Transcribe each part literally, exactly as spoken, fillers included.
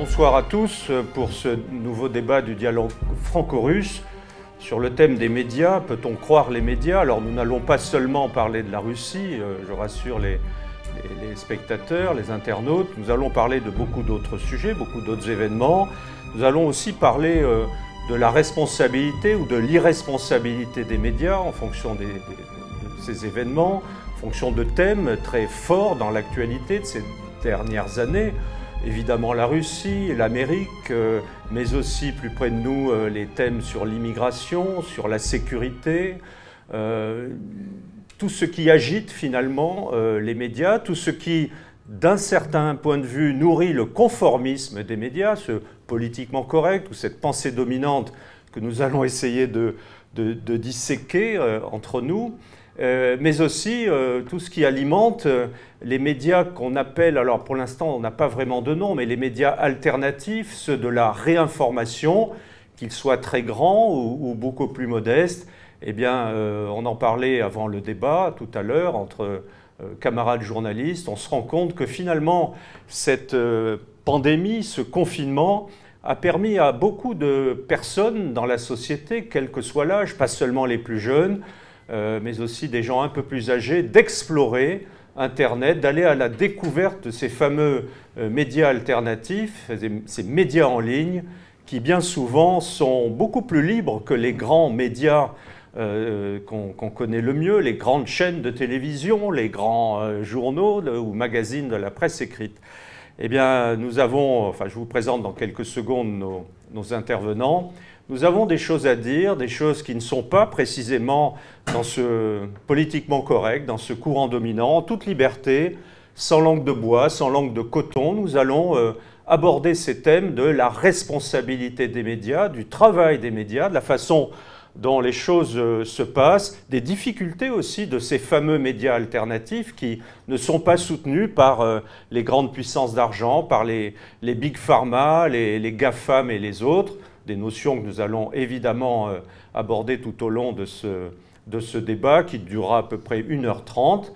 Bonsoir à tous pour ce nouveau débat du dialogue franco-russe sur le thème des médias. Peut-on croire les médias? Alors nous n'allons pas seulement parler de la Russie, je rassure les, les, les spectateurs, les internautes. Nous allons parler de beaucoup d'autres sujets, beaucoup d'autres événements. Nous allons aussi parler euh, de la responsabilité ou de l'irresponsabilité des médias en fonction des, des, de ces événements, en fonction de thèmes très forts dans l'actualité de ces dernières années. Évidemment la Russie, l'Amérique, euh, mais aussi plus près de nous euh, les thèmes sur l'immigration, sur la sécurité, euh, tout ce qui agite finalement euh, les médias, tout ce qui, d'un certain point de vue, nourrit le conformisme des médias, ce politiquement correct ou cette pensée dominante que nous allons essayer de, de, de disséquer euh, entre nous. Euh, mais aussi euh, tout ce qui alimente euh, les médias qu'on appelle, alors pour l'instant on n'a pas vraiment de nom, mais les médias alternatifs, ceux de la réinformation, qu'ils soient très grands ou, ou beaucoup plus modestes. Eh bien, euh, on en parlait avant le débat tout à l'heure entre euh, camarades journalistes. On se rend compte que finalement cette euh, pandémie, ce confinement, a permis à beaucoup de personnes dans la société, quel que soit l'âge, pas seulement les plus jeunes, Euh, mais aussi des gens un peu plus âgés, d'explorer Internet, d'aller à la découverte de ces fameux euh, médias alternatifs, ces médias en ligne, qui bien souvent sont beaucoup plus libres que les grands médias euh, qu'on qu'on connaît le mieux, les grandes chaînes de télévision, les grands euh, journaux de, ou magazines de la presse écrite. Eh bien, nous avons, enfin je vous présente dans quelques secondes nos, nos intervenants. Nous avons des choses à dire, des choses qui ne sont pas précisément dans ce politiquement correct, dans ce courant dominant, en toute liberté, sans langue de bois, sans langue de coton. Nous allons euh, aborder ces thèmes de la responsabilité des médias, du travail des médias, de la façon dont les choses euh, se passent, des difficultés aussi de ces fameux médias alternatifs qui ne sont pas soutenus par euh, les grandes puissances d'argent, par les, les big pharma, les, les GAFAM et les autres, des notions que nous allons évidemment euh, aborder tout au long de ce, de ce débat qui durera à peu près une heure trente.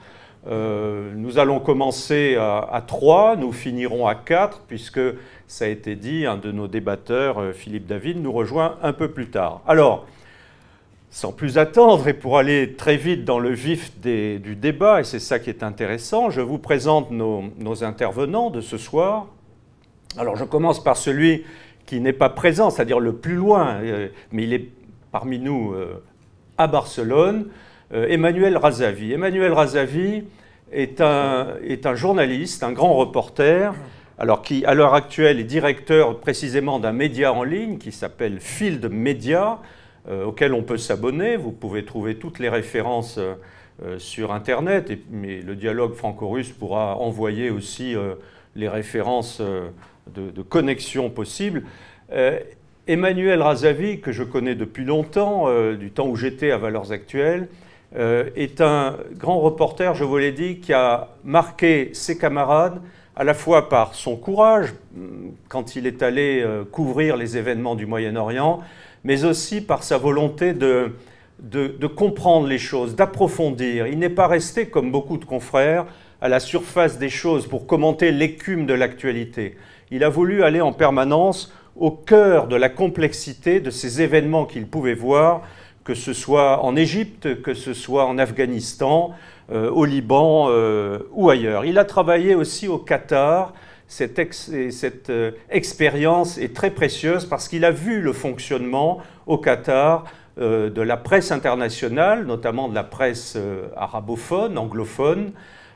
Euh, nous allons commencer à, à trois, nous finirons à quatre, puisque ça a été dit, un de nos débatteurs, euh, Philippe David, nous rejoint un peu plus tard. Alors, sans plus attendre, et pour aller très vite dans le vif des, du débat, et c'est ça qui est intéressant, je vous présente nos, nos intervenants de ce soir. Alors, je commence par celui qui n'est pas présent, c'est-à-dire le plus loin, euh, mais il est parmi nous euh, à Barcelone, euh, Emmanuel Razavi. Emmanuel Razavi est un, est un journaliste, un grand reporter, alors qui, à l'heure actuelle, est directeur précisément d'un média en ligne qui s'appelle Field Media, euh, auquel on peut s'abonner. Vous pouvez trouver toutes les références euh, sur Internet, et, mais le dialogue franco-russe pourra envoyer aussi euh, les références euh, de, de connexion possibles. Euh, Emmanuel Razavi, que je connais depuis longtemps, euh, du temps où j'étais à Valeurs Actuelles, euh, est un grand reporter, je vous l'ai dit, qui a marqué ses camarades à la fois par son courage, quand il est allé euh, couvrir les événements du Moyen-Orient, mais aussi par sa volonté de, de, de comprendre les choses, d'approfondir. Il n'est pas resté, comme beaucoup de confrères, à la surface des choses pour commenter l'écume de l'actualité. Il a voulu aller en permanence au cœur de la complexité de ces événements qu'il pouvait voir, que ce soit en Égypte, que ce soit en Afghanistan, euh, au Liban euh, ou ailleurs. Il a travaillé aussi au Qatar. Cette, ex cette euh, expérience est très précieuse parce qu'il a vu le fonctionnement au Qatar euh, de la presse internationale, notamment de la presse euh, arabophone, anglophone,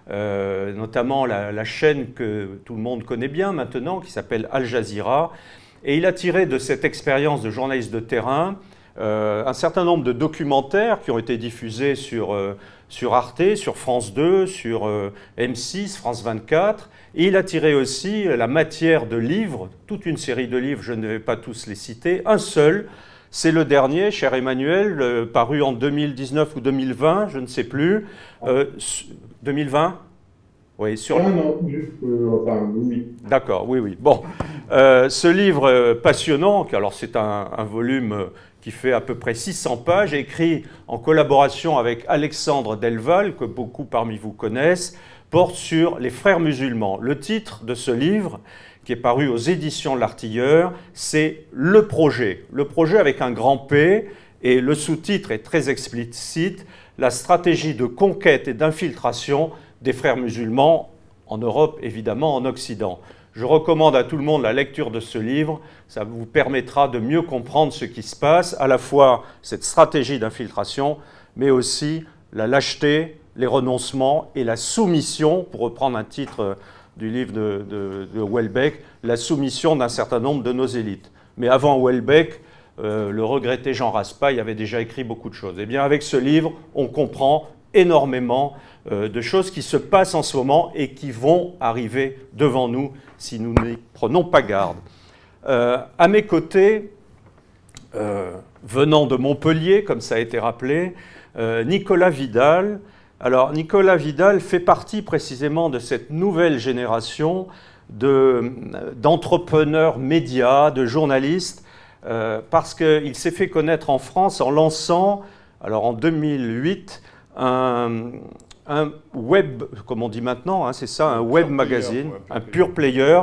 euh, notamment la, la chaîne que tout le monde connaît bien maintenant, qui s'appelle Al Jazeera. Et il a tiré de cette expérience de journaliste de terrain euh, un certain nombre de documentaires qui ont été diffusés sur, euh, sur Arte, sur France deux, sur euh, M six, France vingt-quatre. Et il a tiré aussi la matière de livres, toute une série de livres, je ne vais pas tous les citer. Un seul, c'est le dernier, cher Emmanuel, euh, paru en deux mille dix-neuf ou deux mille vingt, je ne sais plus. Euh, deux mille vingt ? Oui, sur... Non, non, juste, euh, enfin, oui. D'accord, oui, oui. Bon, euh, ce livre euh, passionnant, alors c'est un, un volume euh, qui fait à peu près six cents pages, écrit en collaboration avec Alexandre Delval, que beaucoup parmi vous connaissent, porte sur les frères musulmans. Le titre de ce livre, qui est paru aux éditions de l'Artilleur, c'est « Le projet ». Le projet avec un grand P, et le sous-titre est très explicite, la stratégie de conquête et d'infiltration des frères musulmans en Europe, évidemment en Occident. Je recommande à tout le monde la lecture de ce livre, ça vous permettra de mieux comprendre ce qui se passe, à la fois cette stratégie d'infiltration, mais aussi la lâcheté, les renoncements et la soumission, pour reprendre un titre du livre de, de, de Houellebecq, la soumission d'un certain nombre de nos élites. Mais avant Houellebecq, euh, le regretté Jean Raspail avait déjà écrit beaucoup de choses. Et bien avec ce livre, on comprend énormément euh, de choses qui se passent en ce moment et qui vont arriver devant nous si nous n'y prenons pas garde. Euh, à mes côtés, euh, venant de Montpellier, comme ça a été rappelé, euh, Nicolas Vidal. Alors Nicolas Vidal fait partie précisément de cette nouvelle génération d'entrepreneurs médias, de journalistes, euh, parce qu'il s'est fait connaître en France en lançant, alors en deux mille huit, un, un web, comme on dit maintenant, hein, c'est ça, un web magazine, ouais, un pure player,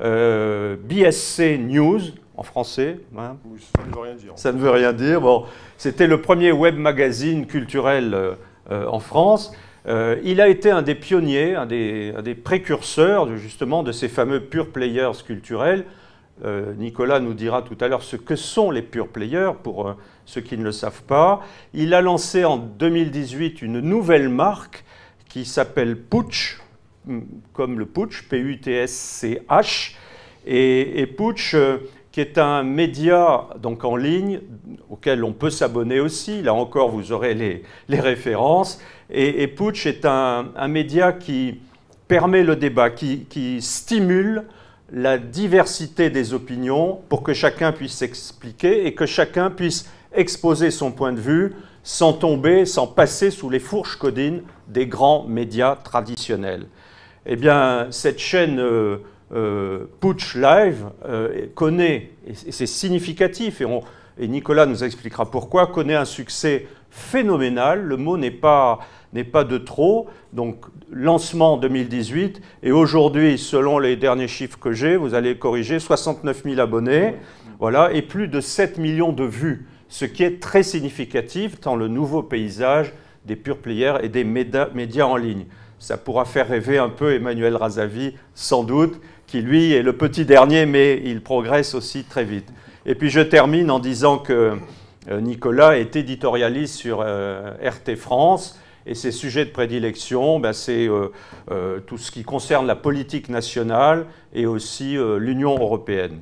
euh, B S C News, en français. Hein. Oui, ça ne veut rien dire. Ça ne veut rien dire. Bon, c'était le premier web magazine culturel euh, euh, en France. Euh, il a été un des pionniers, un des, un des précurseurs de, justement de ces fameux pure players culturels. Euh, Nicolas nous dira tout à l'heure ce que sont les pure players pour euh, ceux qui ne le savent pas. Il a lancé en deux mille dix-huit une nouvelle marque qui s'appelle Putsch, comme le Putsch, P U T S C H. Et, et Putsch, euh, qui est un média donc en ligne auquel on peut s'abonner aussi. Là encore, vous aurez les, les références. Et, et Putsch est un, un média qui permet le débat, qui, qui stimule la diversité des opinions pour que chacun puisse s'expliquer et que chacun puisse exposer son point de vue sans tomber, sans passer sous les fourches codines des grands médias traditionnels. Eh bien, cette chaîne euh, euh, Putsch Live euh, connaît, et c'est significatif, et, on, et Nicolas nous expliquera pourquoi, connaît un succès phénoménal. Le mot n'est pas, n'est pas de trop. Donc, lancement en deux mille dix-huit, et aujourd'hui, selon les derniers chiffres que j'ai, vous allez corriger, soixante-neuf mille abonnés, voilà, et plus de sept millions de vues, ce qui est très significatif dans le nouveau paysage des pure players et des médias en ligne. Ça pourra faire rêver un peu Emmanuel Razavi, sans doute, qui lui est le petit dernier, mais il progresse aussi très vite. Et puis je termine en disant que Nicolas est éditorialiste sur euh, R T France, et ses sujets de prédilection, ben, c'est euh, euh, tout ce qui concerne la politique nationale et aussi euh, l'Union européenne.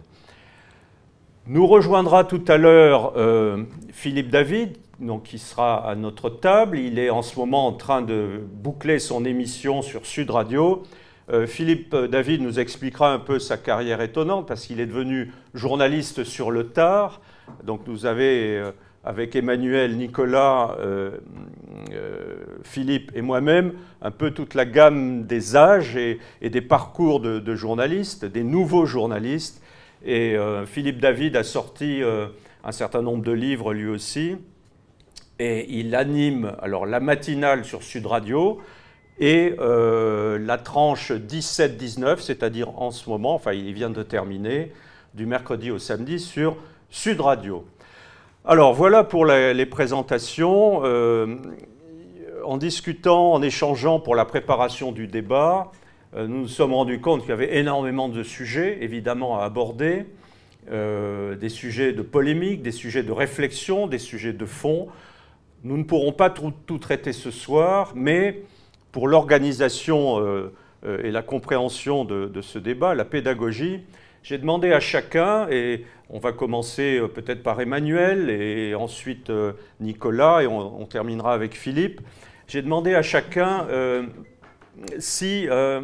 Nous rejoindra tout à l'heure euh, Philippe David, donc, qui sera à notre table. Il est en ce moment en train de boucler son émission sur Sud Radio. Euh, Philippe David nous expliquera un peu sa carrière étonnante parce qu'il est devenu journaliste sur le tard. Donc nous avons, euh, avec Emmanuel, Nicolas, euh, euh, Philippe et moi-même, un peu toute la gamme des âges et, et des parcours de, de journalistes, des nouveaux journalistes. Et euh, Philippe David a sorti euh, un certain nombre de livres lui aussi. Et il anime alors la matinale sur Sud Radio et euh, la tranche dix-sept dix-neuf, c'est-à-dire en ce moment, enfin il vient de terminer, du mercredi au samedi sur Sud Radio. Alors voilà pour les, les présentations. Euh, en discutant, en échangeant pour la préparation du débat, euh, nous nous sommes rendus compte qu'il y avait énormément de sujets, évidemment, à aborder. Euh, des sujets de polémique, des sujets de réflexion, des sujets de fond. Nous ne pourrons pas tout, tout traiter ce soir, mais pour l'organisation euh, euh, et la compréhension de, de ce débat, la pédagogie, j'ai demandé à chacun, et on va commencer euh, peut-être par Emmanuel, et ensuite euh, Nicolas, et on, on terminera avec Philippe, j'ai demandé à chacun euh, si, euh,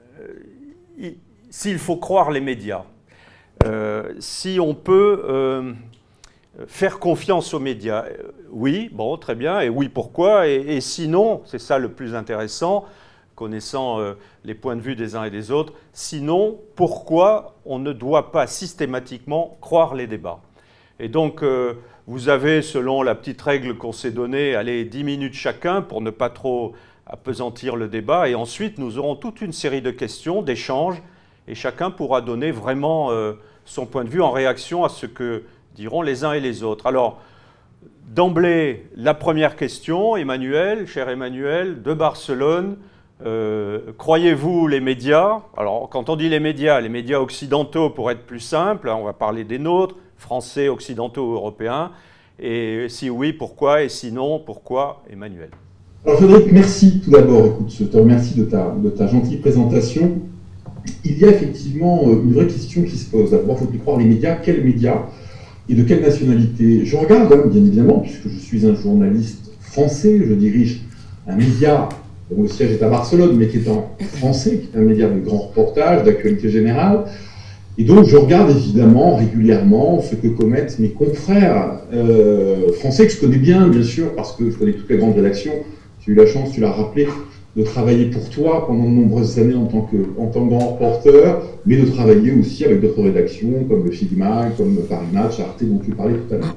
s'il faut croire les médias, euh, si on peut... Euh, faire confiance aux médias, oui, bon, très bien, et oui, pourquoi, et, et sinon, c'est ça le plus intéressant, connaissant euh, les points de vue des uns et des autres, sinon, pourquoi on ne doit pas systématiquement croire les débats. Et donc, euh, vous avez, selon la petite règle qu'on s'est donnée, allez, dix minutes chacun pour ne pas trop appesantir le débat. Et ensuite, nous aurons toute une série de questions, d'échanges, et chacun pourra donner vraiment euh, son point de vue en réaction à ce que diront les uns et les autres. Alors, d'emblée, la première question, Emmanuel, cher Emmanuel, de Barcelone. Euh, croyez-vous les médias? Alors, quand on dit les médias, les médias occidentaux, pour être plus simple, on va parler des nôtres, français, occidentaux, européens. Et si oui, pourquoi? Et sinon, pourquoi, Emmanuel? Alors Frédéric, merci tout d'abord. Écoute, je te remercie de ta, de ta gentille présentation. Il y a effectivement une vraie question qui se pose. D'abord, faut-il croire les médias? Quels médias? Et de quelle nationalité? Je regarde, hein, bien évidemment, puisque je suis un journaliste français, je dirige un média dont le siège est à Barcelone, mais qui est en français, qui est un média de grand reportage, d'actualité générale. Et donc, je regarde évidemment régulièrement ce que commettent mes confrères euh, français, que je connais bien, bien sûr, parce que je connais toutes les grandes rédactions. J'ai eu la chance, tu l'as rappelé, de travailler pour toi pendant de nombreuses années en tant que, en tant que grand reporter, mais de travailler aussi avec d'autres rédactions, comme le Figma, comme Paris Match, Arte, dont tu parlais tout à l'heure.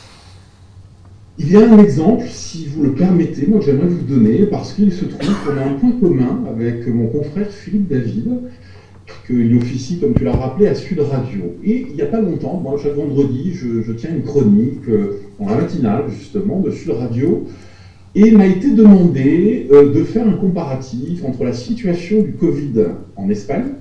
Il y a un exemple, si vous le permettez, moi j'aimerais vous donner, parce qu'il se trouve qu'on a un point commun avec mon confrère Philippe David, qu'il officie, comme tu l'as rappelé, à Sud Radio. Et il n'y a pas longtemps, moi, chaque vendredi, je, je tiens une chronique euh, en la matinale, justement, de Sud Radio, et il m'a été demandé euh, de faire un comparatif entre la situation du Covid en Espagne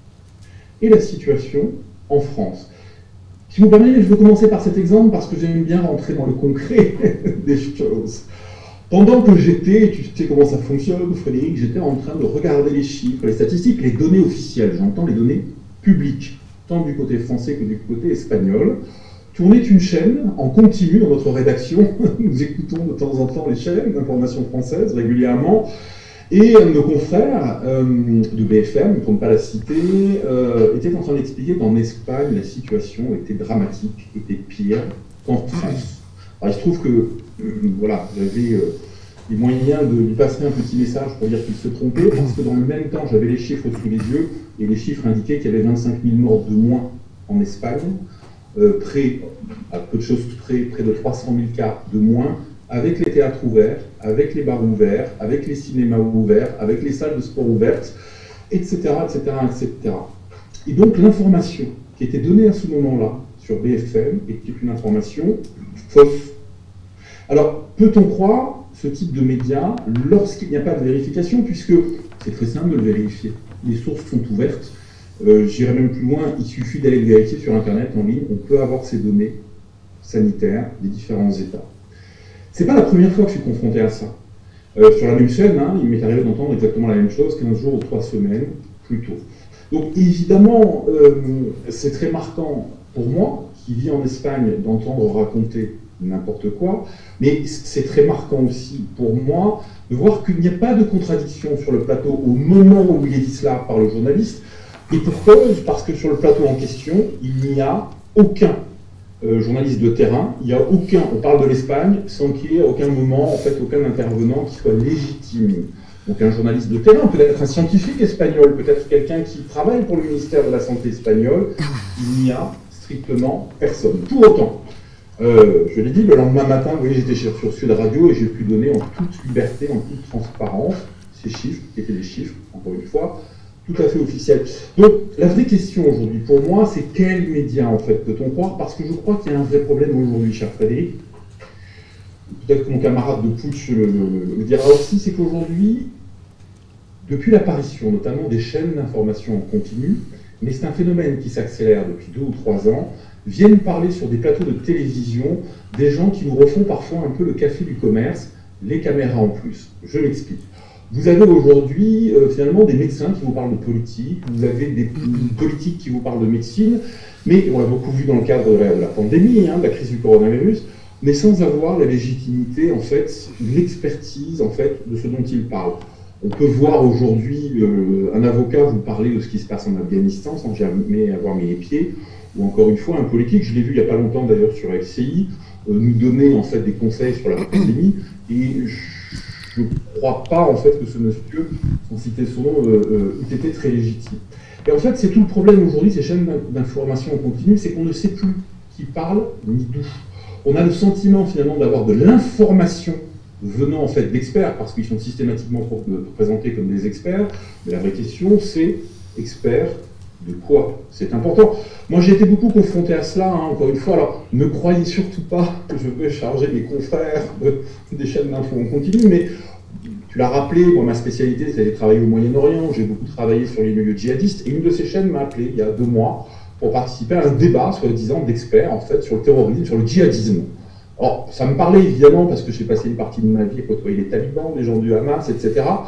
et la situation en France. Si vous me permettez, je veux commencer par cet exemple parce que j'aime bien rentrer dans le concret des choses. Pendant que j'étais, tu sais comment ça fonctionne, Frédéric, j'étais en train de regarder les chiffres, les statistiques, les données officielles, j'entends les données publiques, tant du côté français que du côté espagnol. Tournait une chaîne en continu dans notre rédaction, nous écoutons de temps en temps les chaînes d'information française régulièrement, et nos confrères euh, de B F M, pour ne pas la citer, euh, étaient en train d'expliquer qu'en Espagne, la situation était dramatique, était pire qu'en France. Alors, il se trouve que, euh, voilà, j'avais euh, les moyens de lui passer un petit message pour dire qu'il se trompait, parce que dans le même temps, j'avais les chiffres sous les yeux, et les chiffres indiquaient qu'il y avait vingt-cinq mille morts de moins en Espagne, euh, près, à peu de choses près, près de trois cent mille cas de moins, avec les théâtres ouverts, avec les bars ouverts, avec les cinémas ouverts, avec les salles de sport ouvertes, et cetera, et cetera, et cetera. Et donc l'information qui était donnée à ce moment-là sur B F M était une information fausse. Alors, peut-on croire ce type de médias lorsqu'il n'y a pas de vérification, puisque c'est très simple de le vérifier. Les sources sont ouvertes. Euh, J'irai même plus loin, il suffit d'aller le vérifier sur Internet, en ligne. On peut avoir ces données sanitaires des différents États. C'est pas la première fois que je suis confronté à ça. Euh, sur la même chaîne, hein, il m'est arrivé d'entendre exactement la même chose quinze jours ou trois semaines plus tôt. Donc évidemment, euh, c'est très marquant pour moi, qui vis en Espagne, d'entendre raconter n'importe quoi, mais c'est très marquant aussi pour moi de voir qu'il n'y a pas de contradiction sur le plateau au moment où il est dit cela par le journaliste, et pour cause, parce que sur le plateau en question, il n'y a aucun euh, journaliste de terrain, il n'y a aucun, on parle de l'Espagne, sans qu'il y ait à aucun moment, en fait, aucun intervenant qui soit légitime. Donc un journaliste de terrain, peut-être un scientifique espagnol, peut-être quelqu'un qui travaille pour le ministère de la Santé espagnol, il n'y a strictement personne. Pour autant, Euh, je l'ai dit, le lendemain matin, vous voyez, j'étais sur Sud Radio et j'ai pu donner en toute liberté, en toute transparence, ces chiffres, qui étaient des chiffres, encore une fois, tout à fait officiels. Donc, la vraie question aujourd'hui, pour moi, c'est quels médias, en fait, peut-on croire? Parce que je crois qu'il y a un vrai problème aujourd'hui, cher Frédéric. Peut-être que mon camarade de Putsch le, le, le dira aussi, c'est qu'aujourd'hui, depuis l'apparition, notamment des chaînes d'information en continu, mais c'est un phénomène qui s'accélère depuis deux ou trois ans, viennent parler sur des plateaux de télévision des gens qui nous refont parfois un peu le café du commerce, les caméras en plus. Je m'explique. Vous avez aujourd'hui euh, finalement des médecins qui vous parlent de politique, vous avez des politiques qui vous parlent de médecine, mais on l'a beaucoup vu dans le cadre de la, de la pandémie, hein, de la crise du coronavirus, mais sans avoir la légitimité, en fait, l'expertise, en fait, de ce dont ils parlent. On peut voir aujourd'hui euh, un avocat vous parler de ce qui se passe en Afghanistan sans jamais avoir mis les pieds, ou encore une fois un politique, je l'ai vu il n'y a pas longtemps d'ailleurs sur L C I, euh, nous donner en fait des conseils sur la pandémie, et je ne crois pas en fait que ce monsieur, sans citer son nom, euh, euh, eût été très légitime. Et en fait c'est tout le problème aujourd'hui, ces chaînes d'information en continu, c'est qu'on ne sait plus qui parle ni d'où. On a le sentiment finalement d'avoir de l'information venant en fait d'experts, parce qu'ils sont systématiquement présentés comme des experts, mais la vraie question c'est experts de quoi? C'est important. Moi j'ai été beaucoup confronté à cela, hein, encore une fois, alors ne croyez surtout pas que je vais charger mes confrères de, des chaînes d'infos en continu, mais tu l'as rappelé, moi ma spécialité c'est de travailler au Moyen-Orient, j'ai beaucoup travaillé sur les milieux djihadistes, et une de ces chaînes m'a appelé il y a deux mois pour participer à un débat, soi-disant, d'experts en fait sur le terrorisme, sur le djihadisme. Alors, ça me parlait évidemment parce que j'ai passé une partie de ma vie à côtoyer les talibans, les gens du Hamas, et cetera.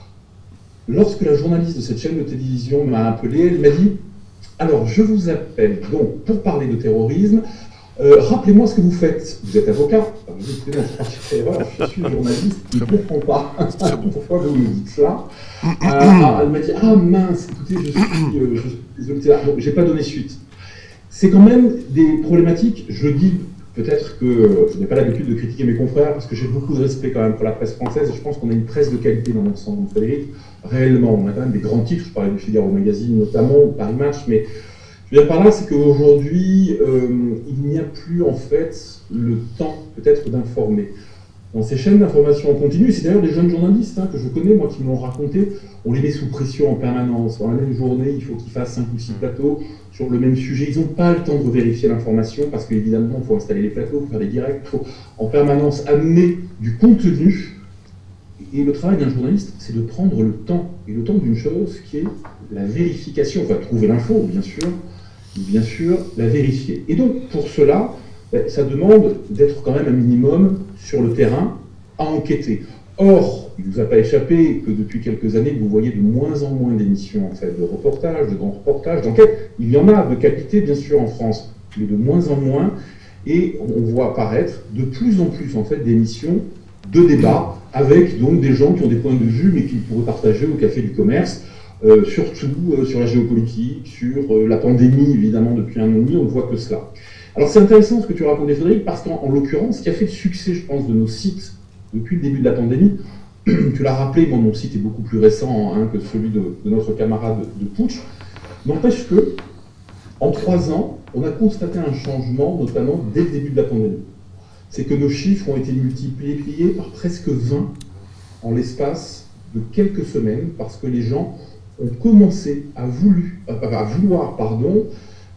Lorsque la journaliste de cette chaîne de télévision m'a appelé, elle m'a dit « Alors, je vous appelle donc pour parler de terrorisme. Euh, rappelez-moi ce que vous faites. Vous êtes avocat ?» Alors, je dis, non, je suis journaliste, je ne comprends pas pourquoi vous me dites cela. Euh, elle m'a dit « Ah mince, écoutez, je suis, euh, je suis désolé. » Donc, je n'ai pas donné suite. C'est quand même des problématiques, je le dis. Peut-être que je n'ai pas l'habitude de critiquer mes confrères, parce que j'ai beaucoup de respect quand même pour la presse française, et je pense qu'on a une presse de qualité dans l'ensemble. Frédéric, réellement, on a quand même des grands titres, je parlais du Figaro Magazine notamment, ou Paris Match, mais je veux dire par là, c'est qu'aujourd'hui, euh, il n'y a plus en fait le temps peut-être d'informer. Dans ces chaînes d'information en continu, c'est d'ailleurs des jeunes journalistes hein, que je connais, moi qui me l'ont raconté, on les met sous pression en permanence. Dans la même journée, il faut qu'ils fassent cinq ou six plateaux sur le même sujet. Ils n'ont pas le temps de vérifier l'information parce qu'évidemment, il faut installer les plateaux, il faut faire des directs, il faut en permanence amener du contenu. Et le travail d'un journaliste, c'est de prendre le temps. Et le temps d'une chose qui est la vérification. Enfin, trouver l'info, bien sûr, mais bien sûr, la vérifier. Et donc, pour cela, ça demande d'être quand même un minimum sur le terrain à enquêter. Or, il ne vous a pas échappé que depuis quelques années, vous voyez de moins en moins d'émissions en fait, de reportages, de grands reportages, d'enquêtes. Il y en a de qualité, bien sûr, en France, mais de moins en moins. Et on voit apparaître de plus en plus en fait, d'émissions de débat avec donc des gens qui ont des points de vue, mais qu'ils pourraient partager au Café du Commerce, euh, surtout euh, sur la géopolitique, sur euh, la pandémie, évidemment, depuis un an et demi, on ne voit que cela. Alors c'est intéressant ce que tu racontais, Frédéric, parce qu'en l'occurrence, ce qui a fait le succès, je pense, de nos sites depuis le début de la pandémie, tu l'as rappelé, moi, mon site est beaucoup plus récent hein, que celui de, de notre camarade de Putsch, n'empêche que, en trois ans, on a constaté un changement, notamment dès le début de la pandémie. C'est que nos chiffres ont été multipliés par presque vingt en l'espace de quelques semaines, parce que les gens ont commencé à, voulu, à vouloir pardon,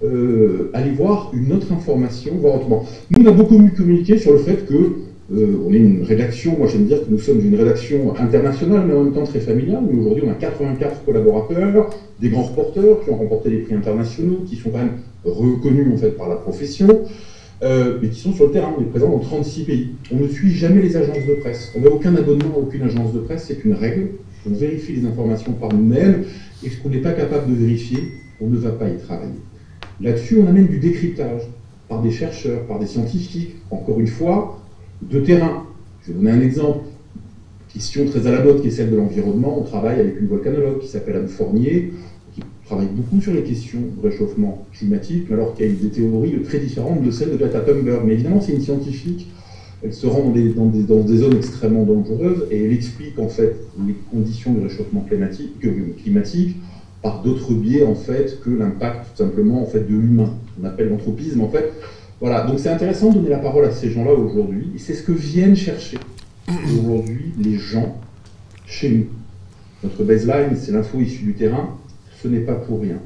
euh, aller voir une autre information, voir autrement. Nous, on a beaucoup communiqué sur le fait que Euh, on est une rédaction, moi j'aime dire que nous sommes une rédaction internationale, mais en même temps très familiale. Mais aujourd'hui, on a quatre-vingt-quatre collaborateurs, des grands reporters qui ont remporté des prix internationaux, qui sont quand même reconnus en fait par la profession, euh, mais qui sont sur le terrain. On est présent dans trente-six pays. On ne suit jamais les agences de presse. On n'a aucun abonnement à aucune agence de presse, c'est une règle. On vérifie les informations par nous-mêmes, et ce qu'on n'est pas capable de vérifier, on ne va pas y travailler. Là-dessus, on amène du décryptage par des chercheurs, par des scientifiques, encore une fois, de terrain. Je vais donner un exemple, question très à la mode qui est celle de l'environnement. On travaille avec une volcanologue qui s'appelle Anne Fournier, qui travaille beaucoup sur les questions de réchauffement climatique, alors qu'il y a des théories très différentes de celles de Greta Thunberg. Mais évidemment, c'est une scientifique, elle se rend dans des, dans, des, dans des zones extrêmement dangereuses et elle explique en fait les conditions de réchauffement climatique, climatique par d'autres biais en fait que l'impact tout simplement en fait de l'humain. On appelle l'anthropisme en fait. Voilà, donc c'est intéressant de donner la parole à ces gens-là aujourd'hui, et c'est ce que viennent chercher aujourd'hui les gens chez nous. Notre baseline, c'est l'info issue du terrain, ce n'est pas pour rien.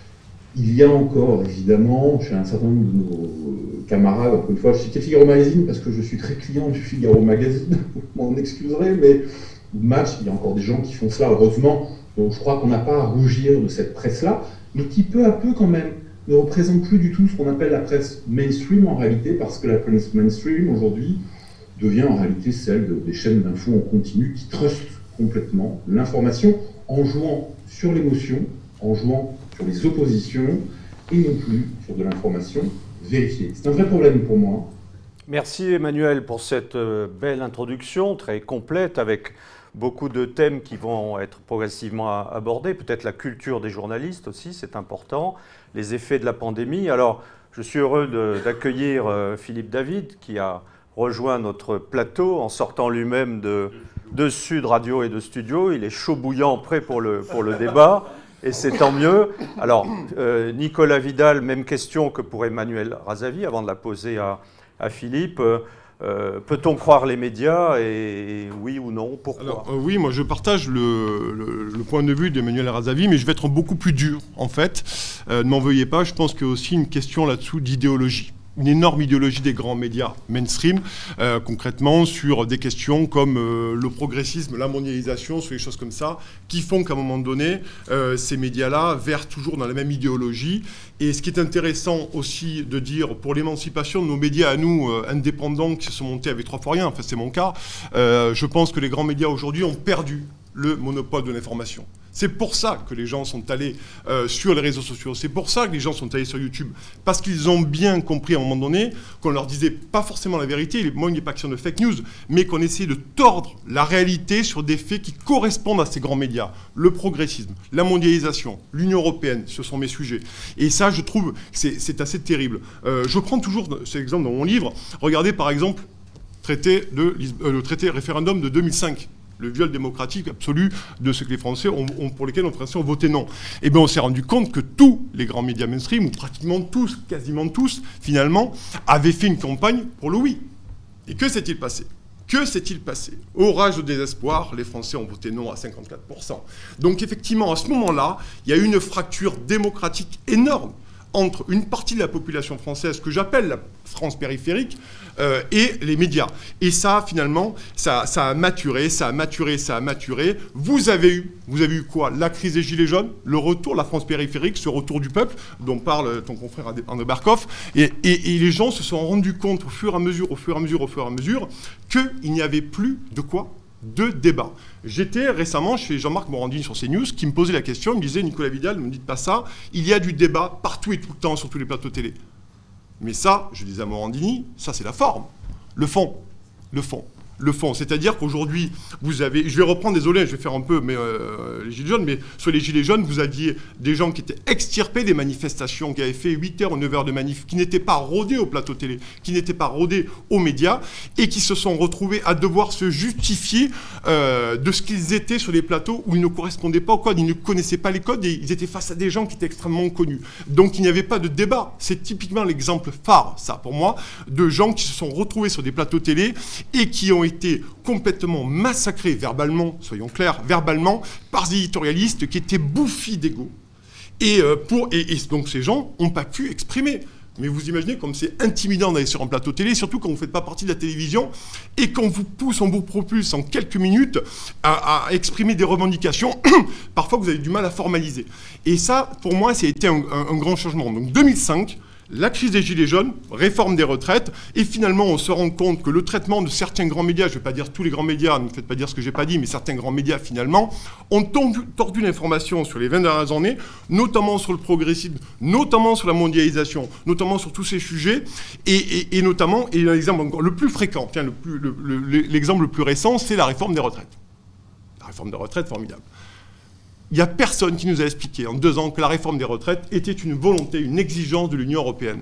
Il y a encore, évidemment, chez un certain nombre de nos camarades, encore une fois, je citais Figaro Magazine parce que je suis très client du Figaro Magazine, vous m'en excuserez, mais Match, il y a encore des gens qui font cela, heureusement, donc je crois qu'on n'a pas à rougir de cette presse-là, mais qui peu à peu quand même ne représente plus du tout ce qu'on appelle la presse mainstream en réalité, parce que la presse mainstream aujourd'hui devient en réalité celle de, des chaînes d'infos en continu qui trustent complètement l'information en jouant sur l'émotion, en jouant sur les oppositions et non plus sur de l'information vérifiée. C'est un vrai problème pour moi. Merci Emmanuel pour cette belle introduction très complète avec beaucoup de thèmes qui vont être progressivement abordés, peut-être la culture des journalistes aussi, c'est important, les effets de la pandémie. Alors, je suis heureux d'accueillir Philippe David, qui a rejoint notre plateau en sortant lui-même de, de Sud Radio et de Studio. Il est chaud bouillant, prêt pour le, pour le débat, et c'est tant mieux. Alors, euh, Nicolas Vidal, même question que pour Emmanuel Razavi, avant de la poser à, à Philippe. Euh, peut-on croire les médias et, et oui ou non, pourquoi? Alors, euh, oui, moi je partage le, le, le point de vue d'Emmanuel Razavi, mais je vais être beaucoup plus dur en fait. Euh, ne m'en veuillez pas, je pense qu'il y a aussi une question là-dessous d'idéologie. Une énorme idéologie des grands médias mainstream, euh, concrètement sur des questions comme euh, le progressisme, la mondialisation, sur des choses comme ça, qui font qu'à un moment donné, euh, ces médias-là versent toujours dans la même idéologie. Et ce qui est intéressant aussi de dire, pour l'émancipation de nos médias à nous, euh, indépendants, qui se sont montés avec trois fois rien, enfin c'est mon cas, euh, je pense que les grands médias aujourd'hui ont perdu le monopole de l'information. C'est pour ça que les gens sont allés euh, sur les réseaux sociaux. C'est pour ça que les gens sont allés sur YouTube. Parce qu'ils ont bien compris à un moment donné qu'on leur disait pas forcément la vérité. Moi, il n'est pas question de fake news, mais qu'on essayait de tordre la réalité sur des faits qui correspondent à ces grands médias. Le progressisme, la mondialisation, l'Union européenne, ce sont mes sujets. Et ça, je trouve, c'est assez terrible. Euh, je prends toujours cet exemple dans mon livre. Regardez par exemple traité de, euh, le traité référendum de deux mille cinq. Le viol démocratique absolu de ce que les Français ont, ont, pour lesquels les Français ont voté non. Eh bien, on s'est rendu compte que tous les grands médias mainstream, ou pratiquement tous, quasiment tous, finalement, avaient fait une campagne pour le oui. Et que s'est-il passé? Que s'est-il passé? Orage de désespoir, les Français ont voté non à cinquante-quatre pour cent. Donc, effectivement, à ce moment-là, il y a eu une fracture démocratique énorme entre une partie de la population française, que j'appelle la France périphérique, euh, et les médias. Et ça, finalement, ça, ça a maturé, ça a maturé, ça a maturé. Vous avez eu, vous avez eu quoi? La crise des Gilets jaunes, le retour de la France périphérique, ce retour du peuple, dont parle ton confrère André Barkov. Et, et, et les gens se sont rendus compte au fur et à mesure, au fur et à mesure, au fur et à mesure, qu'il n'y avait plus de quoi? De débat. J'étais récemment chez Jean-Marc Morandini sur CNews qui me posait la question, il me disait « Nicolas Vidal, ne me dites pas ça, il y a du débat partout et tout le temps sur tous les plateaux télé. » Mais ça, je disais à Morandini, ça c'est la forme. Le fond, le fond, le fond. C'est-à-dire qu'aujourd'hui, vous avez... Je vais reprendre, désolé, je vais faire un peu mais, euh, les Gilets jaunes, mais sur les Gilets jaunes, vous aviez des gens qui étaient extirpés des manifestations, qui avaient fait huit heures ou neuf heures de manif, qui n'étaient pas rodés au plateau télé, qui n'étaient pas rodés aux médias, et qui se sont retrouvés à devoir se justifier euh, de ce qu'ils étaient sur les plateaux où ils ne correspondaient pas au code, ils ne connaissaient pas les codes, et ils étaient face à des gens qui étaient extrêmement connus. Donc il n'y avait pas de débat. C'est typiquement l'exemple phare, ça, pour moi, de gens qui se sont retrouvés sur des plateaux télé et qui ont été complètement massacrés verbalement, soyons clairs, verbalement, par des éditorialistes qui étaient bouffis d'ego. Et, euh, pour, et, et donc ces gens n'ont pas pu exprimer. Mais vous imaginez comme c'est intimidant d'aller sur un plateau télé, surtout quand vous ne faites pas partie de la télévision, et qu'on vous pousse, on vous propulse en quelques minutes à, à exprimer des revendications, parfois vous avez du mal à formaliser. Et ça, pour moi, ça a été un, un, un grand changement. Donc deux mille cinq, la crise des Gilets jaunes, réforme des retraites, et finalement on se rend compte que le traitement de certains grands médias, je ne vais pas dire tous les grands médias, ne me faites pas dire ce que je n'ai pas dit, mais certains grands médias finalement, ont tordu, tordu l'information sur les vingt dernières années, notamment sur le progressisme, notamment sur la mondialisation, notamment sur tous ces sujets, et, et, et notamment, et l'exemple encore le plus fréquent, tiens, le plus, le, le, l'exemple le plus récent, c'est la réforme des retraites. La réforme des retraites, formidable. Il n'y a personne qui nous a expliqué en deux ans que la réforme des retraites était une volonté, une exigence de l'Union européenne.